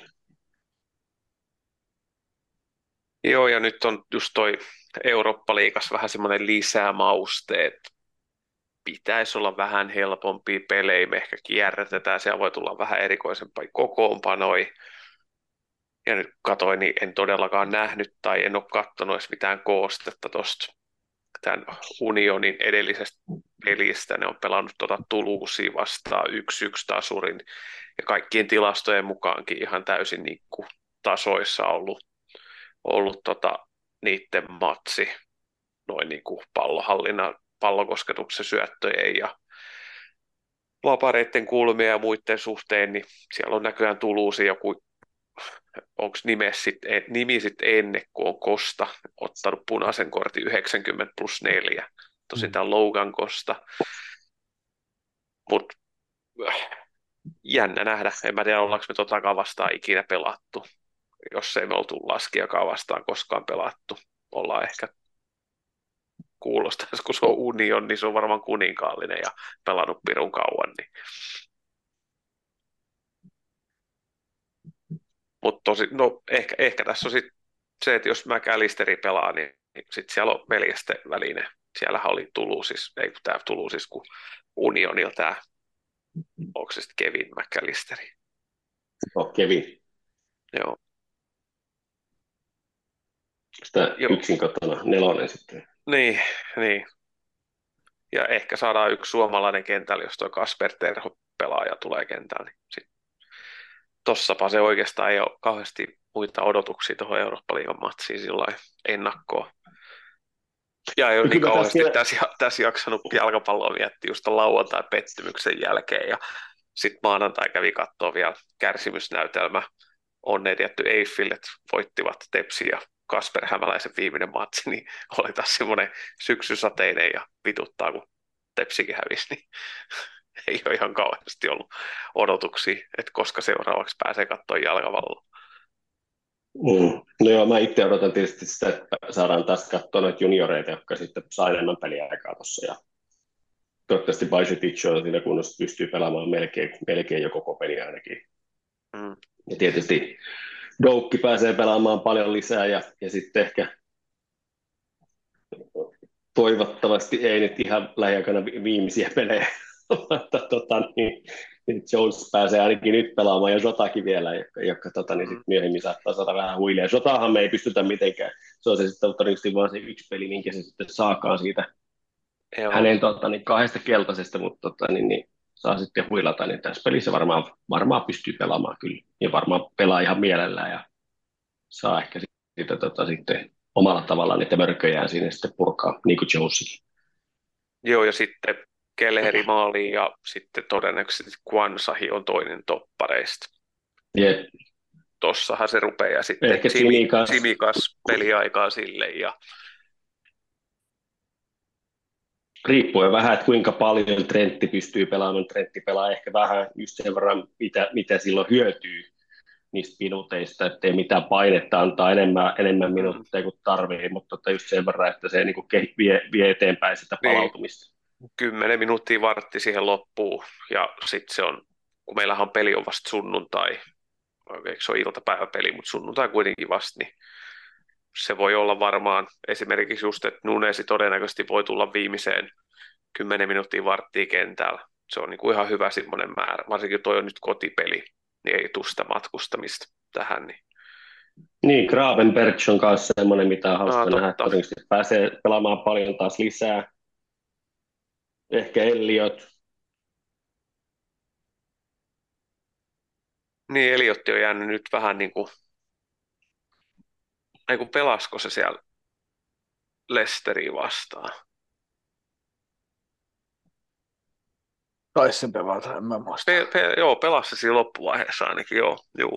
Joo, ja nyt on just toi Eurooppa-liigassa vähän semmoinen lisämauste, että pitäisi olla vähän helpompia pelejä, me ehkä kierrätetään, siellä voi tulla vähän erikoisempia kokoonpanoja. Ja nyt katoin, niin en todellakaan nähnyt tai en ole katsonut edes mitään koostetta tuosta tämän Unionin edellisestä pelistä. Ne on pelannut Toulousea vastaan 1-1 tasurin ja kaikkien tilastojen mukaankin ihan täysin niin kuin tasoissa ollut niiden matsi noin niin kuin pallohallinnan, pallokosketuksen syöttöjen ja vapareiden kulmien ja muiden suhteen, niin siellä on näköjään Toulouse joku, onko nimi sitten ennen kuin on Costa ottanut punaisen kortin 90+4. Tosin tämä Logan Costa. Mutta jännä nähdä. En mä tiedä, ollaanko me totakaan vastaan ikinä pelattu. Jos ei me oltu laskijakaan vastaan koskaan pelattu. Ollaan ehkä kuulostaisi, kun se on Union, niin se on varmaan kuninkaallinen ja pelannut pirun kauan. Niin. Mutta tosi, no ehkä tässä on sit se, että jos McAllisteri pelaa, niin sitten siellä on veljesten väline. Siellähän oli Toulousessa, kun Unionilla tämä, onko se sitten Kevin McAllisteri? Kevin. Joo. Sitä yksin kotona 4 sitten. Niin. Ja ehkä saadaan yksi suomalainen kentällä, jos tuo Kasper Terho pelaaja tulee kentällä. Niin tossapa se oikeastaan ei ole kauheasti muita odotuksia tuohon Eurooppa-liigan matsiin silloin ennakkoon. Ja ei ole niin kauheasti tässä jaksanut jalkapalloa miettiä just lauantai-pettymyksen jälkeen. Ja sitten maanantai kävi katsoa vielä kärsimysnäytelmä. Onneen tietty Eiffilet voittivat Tepsi ja Kasper Hämäläisen viimeinen matsi, niin oli taas semmoinen syksysateinen ja vituttaa, kun Tepsikin hävisi, niin ei ole ihan kauheasti ollut odotuksia, että koska seuraavaksi pääsee katsoa jalkapalloa. No joo, mä itse odotan tietysti sitä, että saadaan taas katsoa noita junioreita, jotka sitten saa enemmän peliaikaa tuossa. Ja toivottavasti Bajcetic on siinä kunnossa, pystyy pelaamaan melkein jo koko peli ainakin. Ja tietysti Doukki pääsee pelaamaan paljon lisää ja sitten ehkä toivottavasti ei nyt ihan lähiaikana viimeisiä pelejä, mutta Jones pääsee ainakin nyt pelaamaan ja Jotakin vielä, jotka sit myöhemmin saattaa saada vähän huilia. Jotahan me ei pystytä mitenkään. Se on se sitten todennäköisesti vaan se yksi peli, minkä se sitten saakaan siitä hänen 2 keltaisesta, mutta saa sitten huilata, niin tässä pelissä varmaan pystyy pelaamaan kyllä. Ja varmaan pelaa ihan mielellään ja saa ehkä siitä sitten omalla tavallaan niitä mörköjään siinä sitten purkaa, niin kuin Jonesikin. Joo, ja sitten Kelheri maaliin ja sitten todennäköisesti Kwansahi on toinen toppareista. Jep. Tossahan se rupeaa ja sitten ehkä Tsimikas peliaikaa sille. Ja riippuen vähän, että kuinka paljon Trentti pystyy pelaamaan. Trentti pelaa ehkä vähän just sen verran, mitä silloin hyötyy niistä minuuteista, ettei mitään painetta antaa enemmän minuutteja kuin tarvii, mutta just sen verran, että se niin kuin vie eteenpäin sitä palautumista. 10 minuuttia vartti siihen loppuun, ja sitten se on, kun meillähän peli on vasta sunnuntai eikö se ole iltapäiväpeli, mutta sunnuntai kuitenkin vasta, niin se voi olla varmaan esimerkiksi just, että Nunesi todennäköisesti voi tulla viimeiseen 10 minuuttia varttia kentällä. Se on niin kuin ihan hyvä semmoinen määrä, varsinkin toi on nyt kotipeli, niin ei tule sitä matkustamista tähän. Niin, Gravenberg on kanssa semmoinen, mitä on hauska nähdä, totta. todennäköisesti pääsee pelaamaan paljon taas lisää. Ehkä Elliot. Niin, Eliotti on jäänyt nyt vähän niin kuin pelasko se siellä Leicesteria vastaan? Taisi sen pelata, en mä muista. Joo, pelasi se siinä loppuvaiheessa ainakin, joo.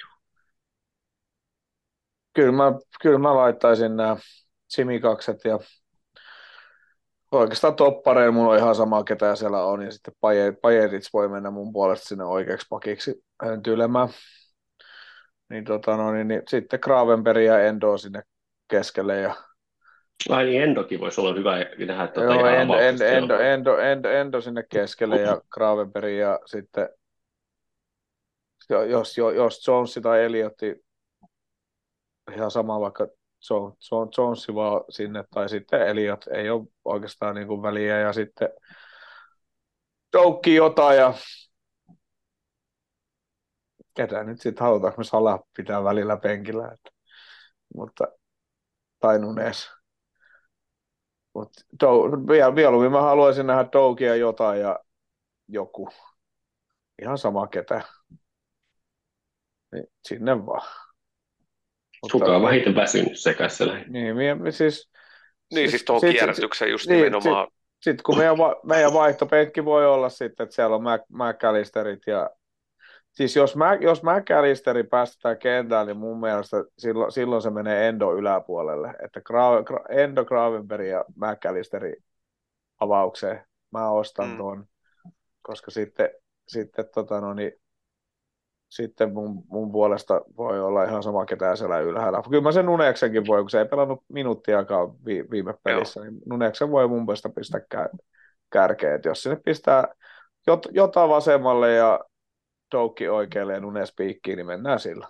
Kyllä mä laittaisin nämä Simikakset ja oikeastaan toppareilla mulla on ihan sama, ketä siellä on, ja sitten Pajetits voi mennä mun puolesta sinne oikeaksi pakiksi höntylemään. Niin, niin sitten Gravenberg ja Endo sinne keskelle. Ja Ai niin, Endokin voisi olla hyvä nähdä joo, ihan avauksesta. Endo sinne keskelle ja Gravenberg ja sitten jos Jones tai Eliotti, ihan sama vaikka Jones vaan sinne tai sitten Eliot, ei ole oikeastaan niin kuin väliä, ja sitten Doukki jotain ja ketä nyt sitten halutaanko me Salah pitää välillä penkillä, mutta tai Nunes. Mutta mieluummin mä haluaisin nähdä Doukia jotain ja joku. Ihan sama ketä. Niin sinne vaan. Kuka on vähiten väsynyt sekässä? Niin, siis tuohon kierrätykseen just nimenomaan. Sitten kun meidän vaihtopenkki voi olla sitten, että siellä on McAllisterit ja siis jos McAllisteri päästetään kentälle, niin mun mielestä silloin se menee Endo yläpuolelle. Että Endo, Gravenberg ja McAllisteri avaukseen. Mä ostan tuon, koska sitten mun puolesta voi olla ihan sama ketään siellä ylhäällä. Kyllä mä sen Nuneksenkin voi, kun se ei pelannut minuuttiakaan viime pelissä, niin Nuneksen voi mun puolesta pistää kärkeen. Jos sinne pistää jotain vasemmalle ja Doukki oikealle ja Nunes piikkiin, niin mennään sillä.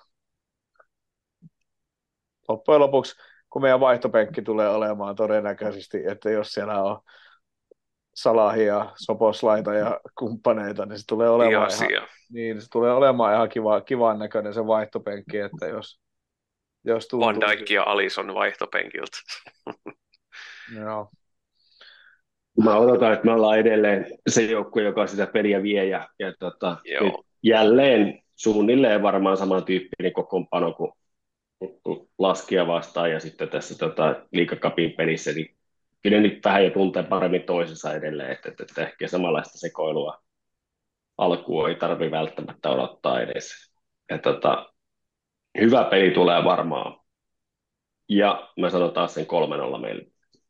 Loppujen lopuksi, kun meidän vaihtopenkki tulee olemaan todennäköisesti, että jos siellä on Salahi ja Soposlaita ja kumppaneita, niin se tulee olemaan ihan kivan näköinen se vaihtopenkki, että jos tuntuu... Van Dijk ja Alisson vaihtopenkiltä. Joo. Mä odotan, että me ollaan edelleen se joukkue, joka sitä peliä vie ja jälleen suunnilleen varmaan samantyyppinen kokoonpano kuin Laskia vastaan ja sitten tässä liigacupin pelissä, niin kyllä nyt vähän jo tuntee paremmin toisensa edelleen, että ehkä samanlaista sekoilua alkuun ei tarvitse välttämättä odottaa edes. Ja hyvä peli tulee varmaan. Ja mä sanon taas sen 3-0 meille.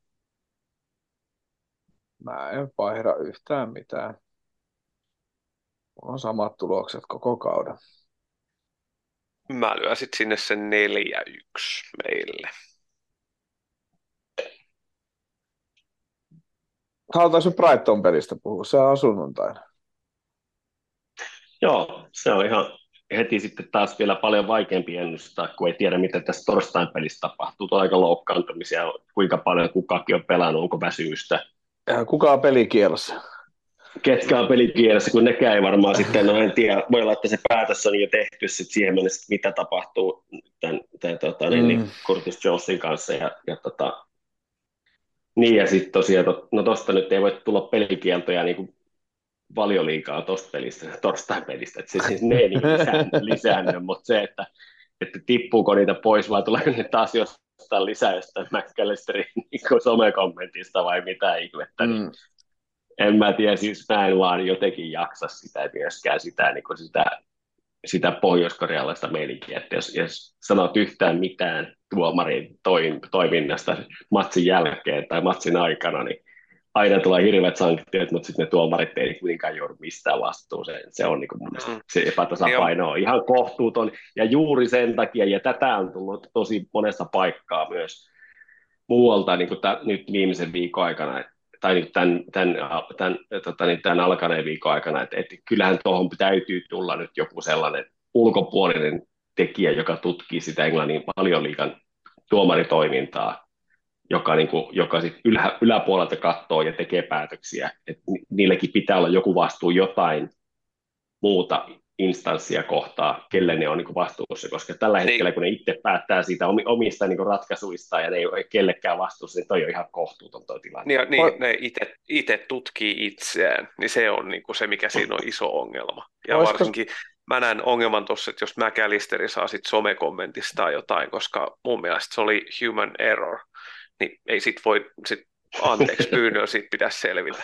Mä en vaihda yhtään mitään. On samat tulokset koko kauden. Mä lyön sit sinne sen 4-1 meille. Halutaisin Brighton-pelistä puhua, se on sunnuntaina. Joo, se on ihan heti sitten taas vielä paljon vaikeampi ennustaa, kun ei tiedä, mitä tässä torstain pelissä tapahtuu. Tuo aika loukkaantumisia, kuinka paljon kukakin on pelannut, onko väsymystä. Kuka on pelikielossa? Ketkä on pelikielossa, kun nekään ei varmaan sitten, no en tiedä, voi olla, että se päätös on jo tehty sitten siihen mennessä, mitä tapahtuu tämän Curtis Jonesin kanssa. Niin ja sitten tosiaan, no tosta nyt ei voi tulla pelikieltoja niin kuin Valioliigaa tuosta pelistä, torstain pelistä, että se siis ne ei niin lisännyt, mutta se, että tippuuko niitä pois vai tuleeko ne taas jostain lisää jostain McAllisterin niin somekommentista vai mitä ihmettä, niin en mä tiedä, siis mä en vaan jotenkin jaksa sitä myöskään sitä pohjois-korealaista meininkiä, että jos sanot yhtään mitään tuomarin toiminnasta matsin jälkeen tai matsin aikana, niin aina tulee hirveät sanktiot, mutta sitten ne tuomarit ei kuitenkaan joudu mistään vastuuseen. Se on niin kuin mun mielestä se epätasapaino on ihan kohtuuton. Ja juuri sen takia, ja tätä on tullut tosi monessa paikkaa myös muualta niin kuin nyt viimeisen viikon aikana, tai nyt tämän alkaneen viikon aikana, että kyllähän tuohon täytyy tulla nyt joku sellainen ulkopuolinen tekijä, joka tutkii sitä Englannin Valioliigan tuomaritoimintaa, joka sit yläpuolelta katsoo ja tekee päätöksiä. Et niilläkin pitää olla joku vastuu jotain muuta instanssia kohtaa, kelle ne on niin vastuussa, koska tällä hetkellä, kun ne itse päättää siitä omista niin ratkaisuista ja ne ei ole kellekään vastuussa, niin toi on ihan kohtuuton toi tilanne. Niin, ne itse tutkii itseään, niin se on niin kuin se, mikä siinä on iso ongelma. Ja varsinkin mä näen ongelman tuossa, että jos McAllisteri saa sit somekommentista jotain, koska mun mielestä se oli human error, niin ei anteeksi pyynnöllä siitä pitäisi selvitä.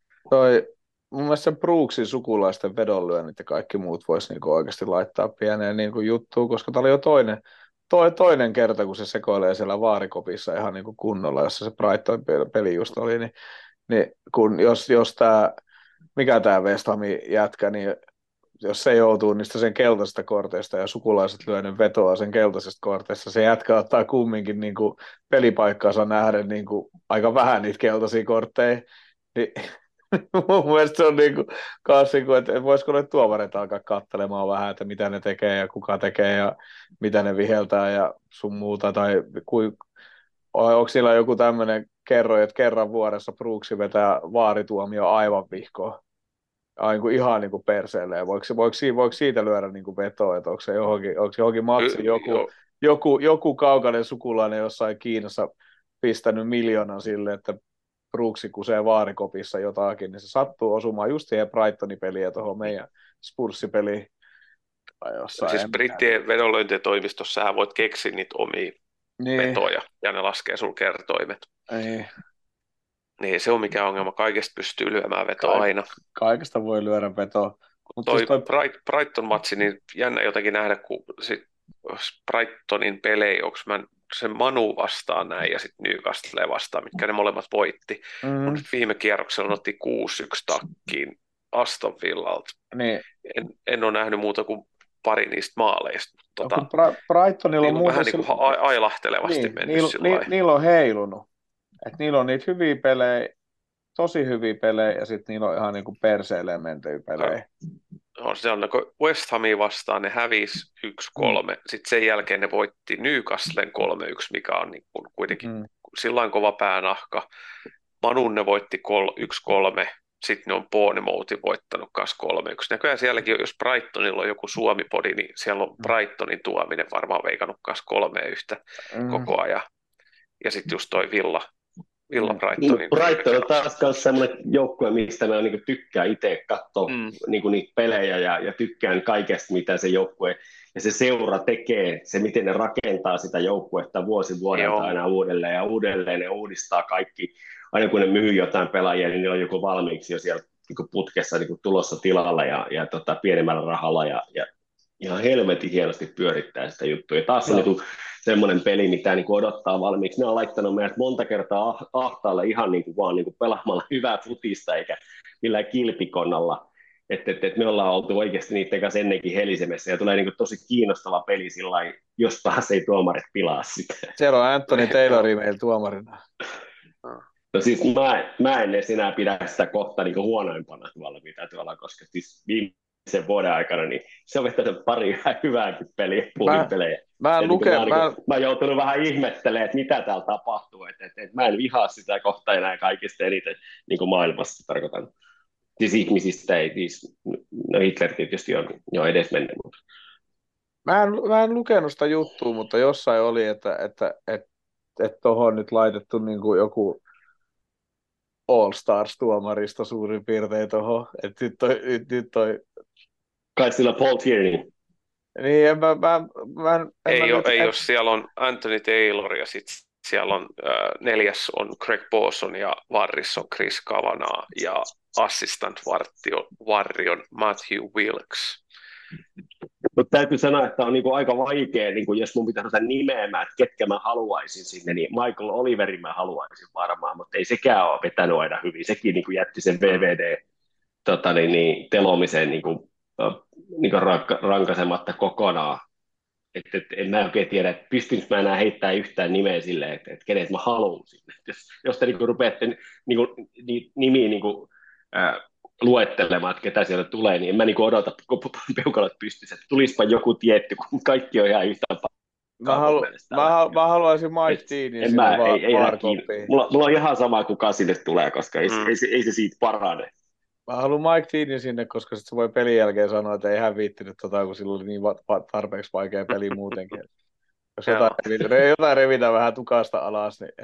Mun mielestä sen Brooksin sukulaisten vedonlyönnit ja kaikki muut voisi niinku oikeasti laittaa pieneen niinku juttuun, koska tämä oli jo toinen kerta, kun se sekoilee siellä vaarikopissa ihan niinku kunnolla, jossa se Brighton peli just oli, niin kun jos tämä, mikä tämä West Hamin jätkä, niin jos se joutuu niistä sen keltaisesta korteista ja sukulaiset lyönyt vetoa sen keltaisesta korteista, se jätkä ottaa kumminkin niinku pelipaikkaansa nähden niinku aika vähän niitä keltaisia kortteja, niin mun mielestä se on että voisiko ne tuomarit alkaa katselemaan vähän, että mitä ne tekee ja kuka tekee ja mitä ne viheltää ja sun muuta, tai onko sillä joku tämmöinen että kerran vuodessa Brooksi vetää vaarituomio aivan vihkoon, ihan niin kuin perseelleen, voiko siitä lyödä niin kuin vetoa, että onko se johonkin matsi joku kaukainen sukulainen jossain Kiinassa pistänyt miljoonan sille, että Brooksi kusee vaarikopissa jotakin, niin se sattuu osumaan just siihen Brightonin peliin ja tuohon meidän Spurssipeliin. Siis brittien vedonlyöntitoimistossa sä voit keksiä niitä omia vetoja, ja ne laskee sulla kertoimet. Niin se on mikä ongelma, kaikesta pystyy lyömään vetoa aina. Kaikesta voi lyödä vetoa. Toi Brighton-matsi, niin jännä jotenkin nähdä, kun sit Brightonin pelejä, onko mä sen Manu vastaan näin ja sitten Newcastle vastaan, mitkä ne molemmat voitti. Mutta viime kierroksella otti 6-1 takkiin Aston Villalta. Niin. En ole nähnyt muuta kuin pari niistä maaleista. Brightonilla on vähän niin kuin ailahtelevasti mennyt sillä niillä on heilunut. Et niillä on niitä hyviä pelejä, tosi hyviä pelejä, ja sitten niillä on ihan niin kuin perseelleen mentyjä pelejä. No, se on, kun West Hamia vastaan ne hävisi 1-3, sitten sen jälkeen ne voitti Newcastlen 3-1, mikä on niin kuin kuitenkin sillain kova päänahka. Manun ne voitti 1-3, sitten ne on Bournemouthin voittanut kanssa 3-1. Näköjään sielläkin, jos Brightonilla on joku Suomi-podi, niin siellä on Brightonin tuominen varmaan veikannut kanssa 3-1 koko ajan. Ja sitten just toi Villa Brightonin. Brighton on taas semmoinen joukkue, mistä mä niinku tykkään itse katsoa niinku niitä pelejä ja tykkään kaikesta, mitä se joukkue ja se seura tekee, se miten ne rakentaa sitä joukkuetta vuosi vuodelta aina uudelleen ja uudelleen ne uudistaa kaikki. Aina kun ne myy jotain pelaajia, niin niillä on joku valmiiksi jo siellä niinku putkessa niinku tulossa tilalla ja pienemmällä rahalla ja ihan helvetin hienosti pyörittää sitä juttua. Ja taas on niinku semmoinen peli, mitä niinku odottaa valmiiksi. Ne on laittanut meidät monta kertaa ahtaalle ihan niinku vaan niinku pelaamalla hyvää futista eikä millään kilpikonnalla. Et me ollaan oltu oikeasti niiden kanssa ennenkin helisemessä ja tulee niinku tosi kiinnostava peli sillain, jos taas ei tuomarit pilaa sitä. Siellä on Anthony Taylori meillä tuomarina. No siis mä en edes enää pidä sitä kohta niinku huonoimpana tuolla, mitä tuolla, koska siis viimeisen vuoden aikana niin se on vetänyt pari hyvääkin peliä, puolipelejä. Mä oon joutunut vähän ihmettelemään, että mitä täällä tapahtuu. Et mä en vihaa sitä kohtaa enää kaikista eniten niin kuin maailmassa tarkoitan. Siis ihmisistä ei, no Hitler tietysti on jo edes mennyt. Mutta. Mä en lukenut sitä juttua, mutta jossain oli, että tuohon nyt laitettu niin kuin joku All Stars-tuomarista suurin piirtein tuohon. Nyt toi kai sillä Paul Tierney. Niin, ei ole, siellä on Anthony Taylor ja sitten siellä on neljäs on Greg Pawson ja varris on Chris Kavanagh ja assistant varri on Matthew Wilkes. Mutta täytyy sanoa, että on niinku aika vaikea, niinku jos mun pitää ruveta nimeämään, että ketkä mä haluaisin sinne, niin Michael Oliverin mä haluaisin varmaan, mutta ei sekään ole vetänyt aina hyvin. Sekin niinku jätti sen VVD telomisen niinku rankasematta kokonaan. En mä oikein tiedä, että pystynkö mä enää heittämään yhtään nimeä silleen, että kenet mä haluan sinne. Jos te niinku rupeatte nimiä niinku, luettelemaan, että ketä siellä tulee, niin en mä niin odota peukalot pystyssä, että tulispa joku tietty, kun kaikki on ihan yhtä pakkaa mun mielestä tällä hetkellä. Mä haluaisin Mike Deanin sinne Ei vaarkoppiin. Mulla on ihan sama, kuka sinne tulee, koska ei se siitä parane. Mä haluan Mike Deanin sinne, koska sit se voi pelin jälkeen sanoa, että ei hän viittinyt kun sillä oli niin tarpeeksi vaikea peli muutenkin. Jos jotain revitään vähän tukasta alas, niin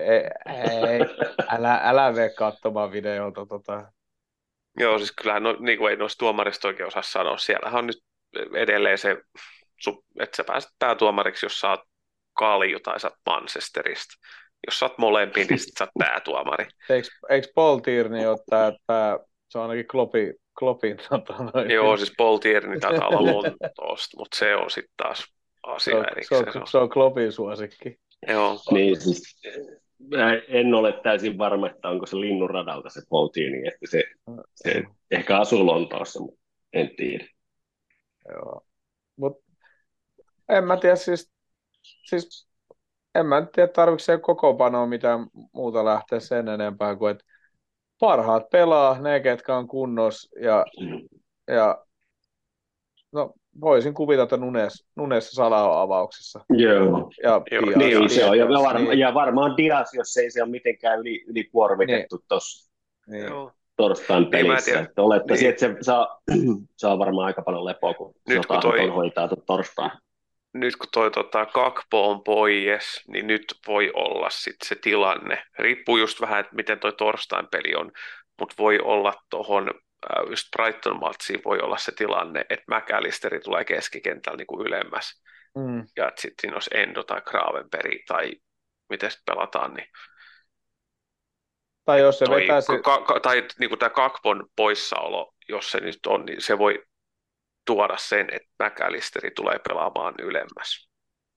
älä mene katsomaan videolta. Joo, siis kyllähän niin kuin ei noista tuomarista oikein osaa sanoa. Siellähän on nyt edelleen se, että sä pääset päätuomariksi, jos sä oot Kalju tai sä oot Manchesterista. Jos sä oot molempiin, niin sit sä oot päätuomari. Eikö Paul Tierney ole tää se on ainakin Kloppin Joo, siis Paul Tierney taitaa olla Lontoosta, mutta se on sitten taas asia erikseen. Se on Kloppin suosikki. Joo. Niin, siis, en ole täysin varma, että onko se linnunradalta se Paul Tierney, että se ehkä asuu Lontoossa, mutta en tiedä. Joo. Mut en mä tiedä, siis en mä tiedä, tarvitseeko se kokoonpanoa mitään muuta lähteä sen enempää kuin, että parhaat pelaa, ne ketkä on kunnossa ja no, voisin kuvitella, että Nunes Salah on avauksessa. Joo. Ja Diaz, niin se on. Ja varmaan Diaz, jos ei se ole mitenkään ylikuormitettu tuossa torstain pelissä. Että olettaisin, että se saa varmaan aika paljon lepoa, kun hoitaa torstain. Nyt kun toi Gakpo on pois, niin nyt voi olla sitten se tilanne. Riippuu just vähän, että miten toi torstain peli on, mutta voi olla tuohon just Brighton-matsiin voi olla se tilanne, että McAllisteri tulee keskikentällä niin kuin ylemmäs. Ja että sitten siinä olisi Endo tai Gravenberg tai miten sitten pelataan. Niin tai jos se vetäisi... Tai niin kuin tämä Gakpon poissaolo, jos se nyt on, niin se voi tuoda sen, että McAllisteri tulee pelaamaan ylemmäs.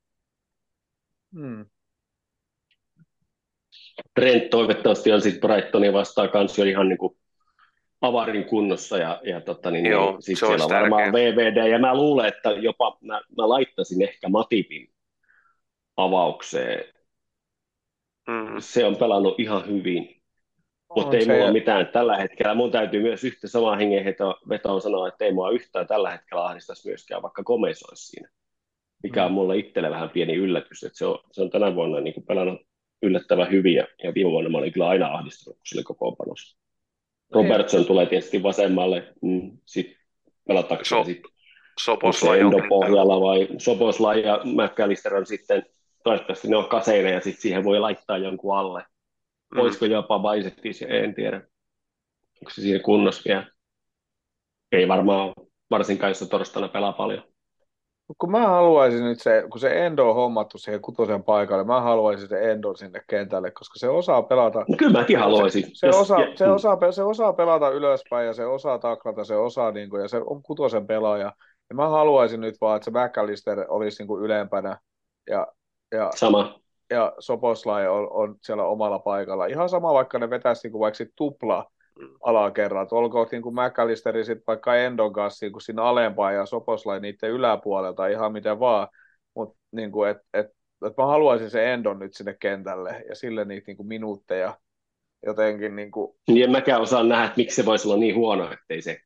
Trent toivottavasti on sitten Brightonia vastaan kanssa jo ihan niin kuin avarin kunnossa ja sitten siellä on varmaan VVD ja mä luulen, että jopa mä laittaisin ehkä Matipin avaukseen. Se on pelannut ihan hyvin, mutta ei mulla ole mitään tällä hetkellä. Mun täytyy myös yhtä samaa hengenvetoon sanoa, että ei mua yhtään tällä hetkellä ahdistaisi myöskään, vaikka Gomez olisi siinä. Mikä on mulle itselle vähän pieni yllätys, että se on tänä vuonna niin kuin pelannut yllättävän hyvin ja viime vuonna mä olin kyllä aina ahdistunut sille kokoonpanossa. Robertson tulee tietysti vasemmalle, sitten pelataanko sitten Endo pohjalla vai Soboslai ja McAllister on sitten, toivottavasti ne on kaseina ja sitten siihen voi laittaa jonkun alle. Voisiko jopa Baisettis, en tiedä, onko se siinä kunnossa vielä. Ei varmaan, varsinkaan jos torstaina pelaa paljon. Kun mä haluaisin nyt kun se Endo on hommattu siihen kutosen paikalle, mä haluaisin se Endo sinne kentälle, koska se osaa pelata. No, kyllä mäkin haluaisin. Se osaa pelata ylöspäin ja se osaa taklata, se osaa ja se on kutosen pelaaja. Ja mä haluaisin nyt vaan, että se McAllister olisi ylempänä Sama. Ja Soboslai on siellä omalla paikalla. Ihan sama, vaikka ne vetäisi vaikka tupla alakerrat. Olkoon McAllisteri sitten vaikka Endon kanssa siinä alempaa ja Soboslai niiden yläpuolelta ihan miten vaan. Mutta mä haluaisin se Endon nyt sinne kentälle ja sille niitä minuutteja jotenkin. En mäkään osaa nähdä, että miksi se voisi olla niin huono, ettei se.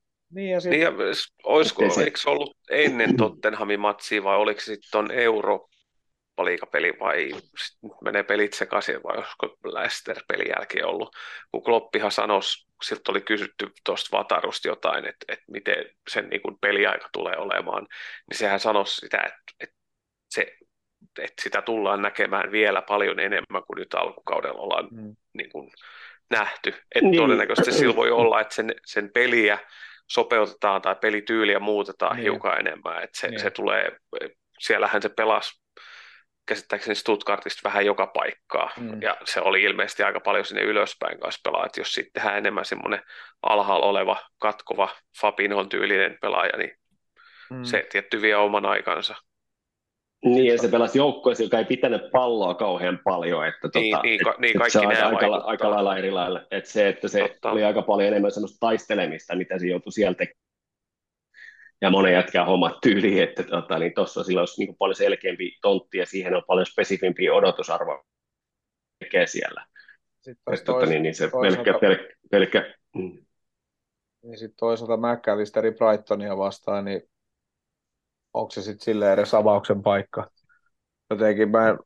Eikö se ollut ennen Tottenhamin matsia vai oliko se sitten tuon Eurooppa-liigapeli vai menee pelit sekaisin vai olisiko Leicester-pelin jälkeen ollut, kun Kloppihan sanoi, siltä oli kysytty tuosta Vatarusta jotain, että miten sen peliaika tulee olemaan, niin sehän sanoi sitä, että sitä tullaan näkemään vielä paljon enemmän kuin nyt alkukaudella ollaan nähty. Että todennäköisesti sillä voi olla, että sen peliä sopeutetaan tai pelityyliä muutetaan hiukan enemmän. Että se tulee, siellähän se pelasi käsittääkseni Stuttgartista vähän joka paikkaa, ja se oli ilmeisesti aika paljon sinne ylöspäin kanssa pelaa, että jos sitten tehdään enemmän semmoinen alhaalla oleva, katkova Fabinhon tyylinen pelaaja, niin se tietty vie oman aikansa. Niin, ja se pelasi joukkueessa, joka ei pitänyt palloa kauhean paljon, että kaikki se on aika lailla eri lailla, että se oli aika paljon enemmän semmoista taistelemista, mitä se joutui sieltä ja monen jätkään hommat tyyliin, että niin tuossa sillä olisi niin paljon selkeämpi tontti ja siihen on paljon spesifimpiä odotusarvoja tekee siellä. Niin se pelkkä Niin sitten toisaalta McAllisteri Brightonia vastaan, niin onko se sitten silleen edes avauksen paikka? Jotenkin,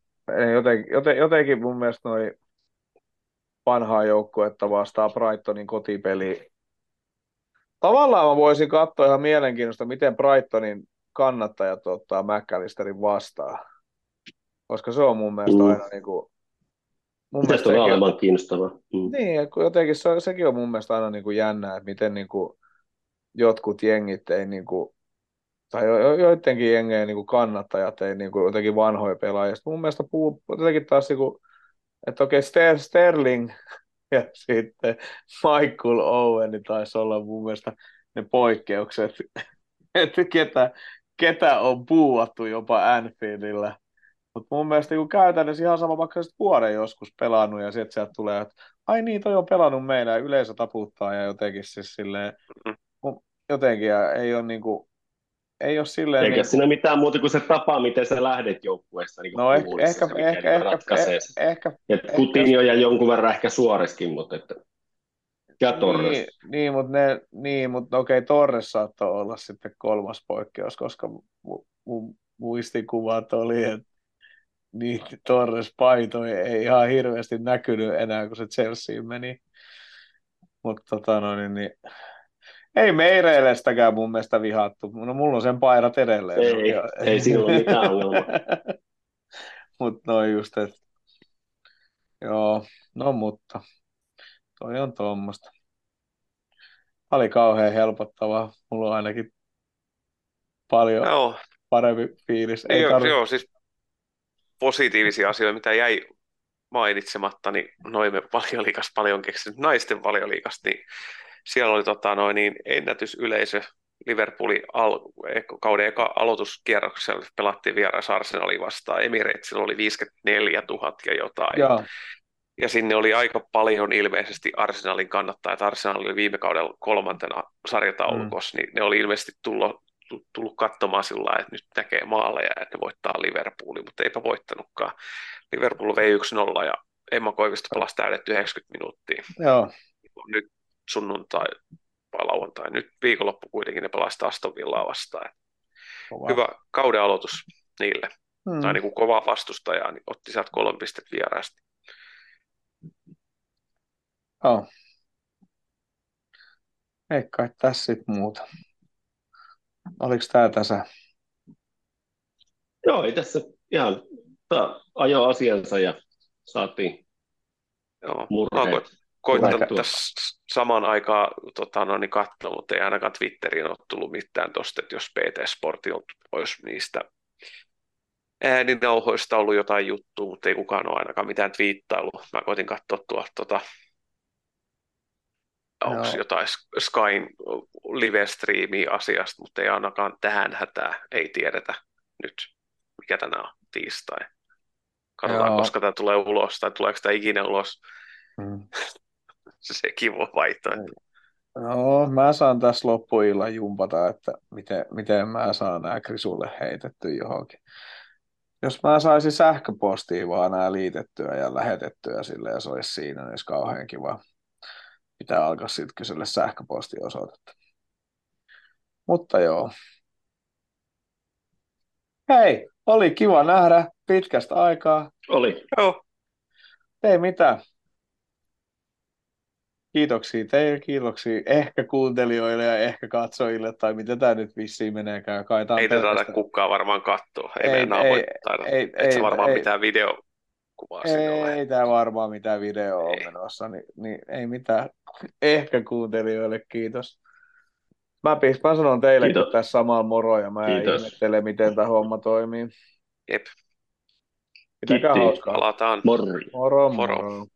jotenkin mun mielestä noi vanhaa joukkuetta vastaan Brightonin kotipeli. Tavallaan mä voisin katsoa ihan mielenkiinnosta, miten Brightonin kannattajat ottaa McAllisterin vastaan. Koska se on mun mielestä aina niin kuin, Pitäisi tulla olemaan kiinnostavaa. Niin, kun jotenkin sekin on mun mielestä aina niin kuin jännää, että miten niin kuin jotkut jengit ei niin kuin, tai joidenkin jengejä niin kuin kannattajat ei niin kuin jotenkin vanhoja pelaajia. Sitten mun mielestä jotenkin taas niin kuin, että okei, Sterling ja sitten Michael Owen niin taisi olla mun mielestä ne poikkeukset, että ketä on puuattu jopa Anfieldillä. Mutta mun mielestä niin käytännössä ihan sama, vaikka olisit vuoden joskus pelannut ja sitten sieltä tulee, että ai niin, toi on pelannut meillä ja yleisö taputtaa ja jotenkin siis silleen, jotenkin ja ei ole niinku, ei ole silleen eikä niinku, siinä mitään muuta kuin se tapa, miten sä lähdet joukkueesta niin no puhumissa, mikä ratkaisee sen. Coutinho ja jonkun verran ehkä Suoreskin, mutta että ja Torres. Niin, mutta okei, Torres saattoi olla sitten kolmas poikkeus, koska mun muistikuvat oli, että niin Torres-paitoja ei ihan hirveästi näkynyt enää, kun se Chelseain meni. Mutta niin, ei Meireilestäkään mun mielestä vihattu. No mulla on sen paidat edelleen. Ei siinä ole mitään ongelmaa. Mutta no just, että joo, no mutta toi on tuommoista. Oli kauhean helpottavaa. Mulla on ainakin paljon parempi fiilis. Joo, siis positiivisia asioita, mitä jäi mainitsematta, niin noimme Valioliigassa paljon keksinyt naisten Valioliigasta, niin siellä oli niin ennätysyleisö Liverpoolin kauden aloituskierroksella pelattiin vieras Arsenalin vastaan. Emiratesilla oli 54 000 ja jotain. Ja sinne oli aika paljon ilmeisesti Arsenalin kannattajat. Arsenal oli viime kaudella 3. sarjataulukossa, niin ne oli ilmeisesti tullut katsomaan sillä lailla, että nyt näkee maaleja ja että ne voittaa Liverpoolin, mutta eipä voittanutkaan. Liverpool vei 1-0 ja Emma Koivisto pelasi täydet 90 minuuttia. Joo. Nyt sunnuntai vai lauantai. Nyt viikonloppu kuitenkin ne pelasivat Aston Villaa vastaan. Hyvä kauden aloitus niille. Tai niin kuin kova vastustaja, niin otti sieltä 3 pistettä vieraasti. Joo. Ei kai tässä sitten muuta. Oliko tämä tässä? Joo, ei tässä ihan ajo asiansa ja saatiin murheet. Koittanut tässä samaan aikaan niin katsoa, mutta ei ainakaan Twitteriin ole tullut mitään tuosta, että jos PT Sportti olisi niistä ääninauhoista ollut jotain juttua, mutta ei kukaan ole ainakaan mitään twiittaillut. Mä koitin katsoa onko jotain Skyn live-striimiä asiasta, mutta ei ainakaan tähän hätään, ei tiedetä nyt, mikä tänään on tiistai. Katsotaan, koska tämä tulee ulos, tai tuleeko tämä ikinä ulos. Sekin voi vaihtoehto. No, mä saan tässä loppuillan jumpata, että miten mä saan nämä Krisulle heitettyä johonkin. Jos mä saisin sähköpostiin vaan nämä liitettyä ja lähetettyä sille ja se olisi siinä, niin olisi kauhean kiva. Pitää alkaa sitten kysellä sähköpostiosoitetta. Mutta joo. Hei, oli kiva nähdä pitkästä aikaa. Oli. Joo. Ei mitään. Kiitoksia teille, kiitoksia ehkä kuuntelijoille ja ehkä katsojille, tai miten tämä nyt vissiin meneekään. Ei tätä taida kukaan varmaan katsoa. Ei se varmaan mitään videokuvaa ei tämä varmaan mitään videoa ole menossa, niin ei mitään. Ehkä kuuntelijoille, kiitos. Mä sanon teille tässä samaan moro ja mä ihmettelen, miten tämä homma toimii. Jep. Pitäkää hauskaa. Palataan. Moro. Moro.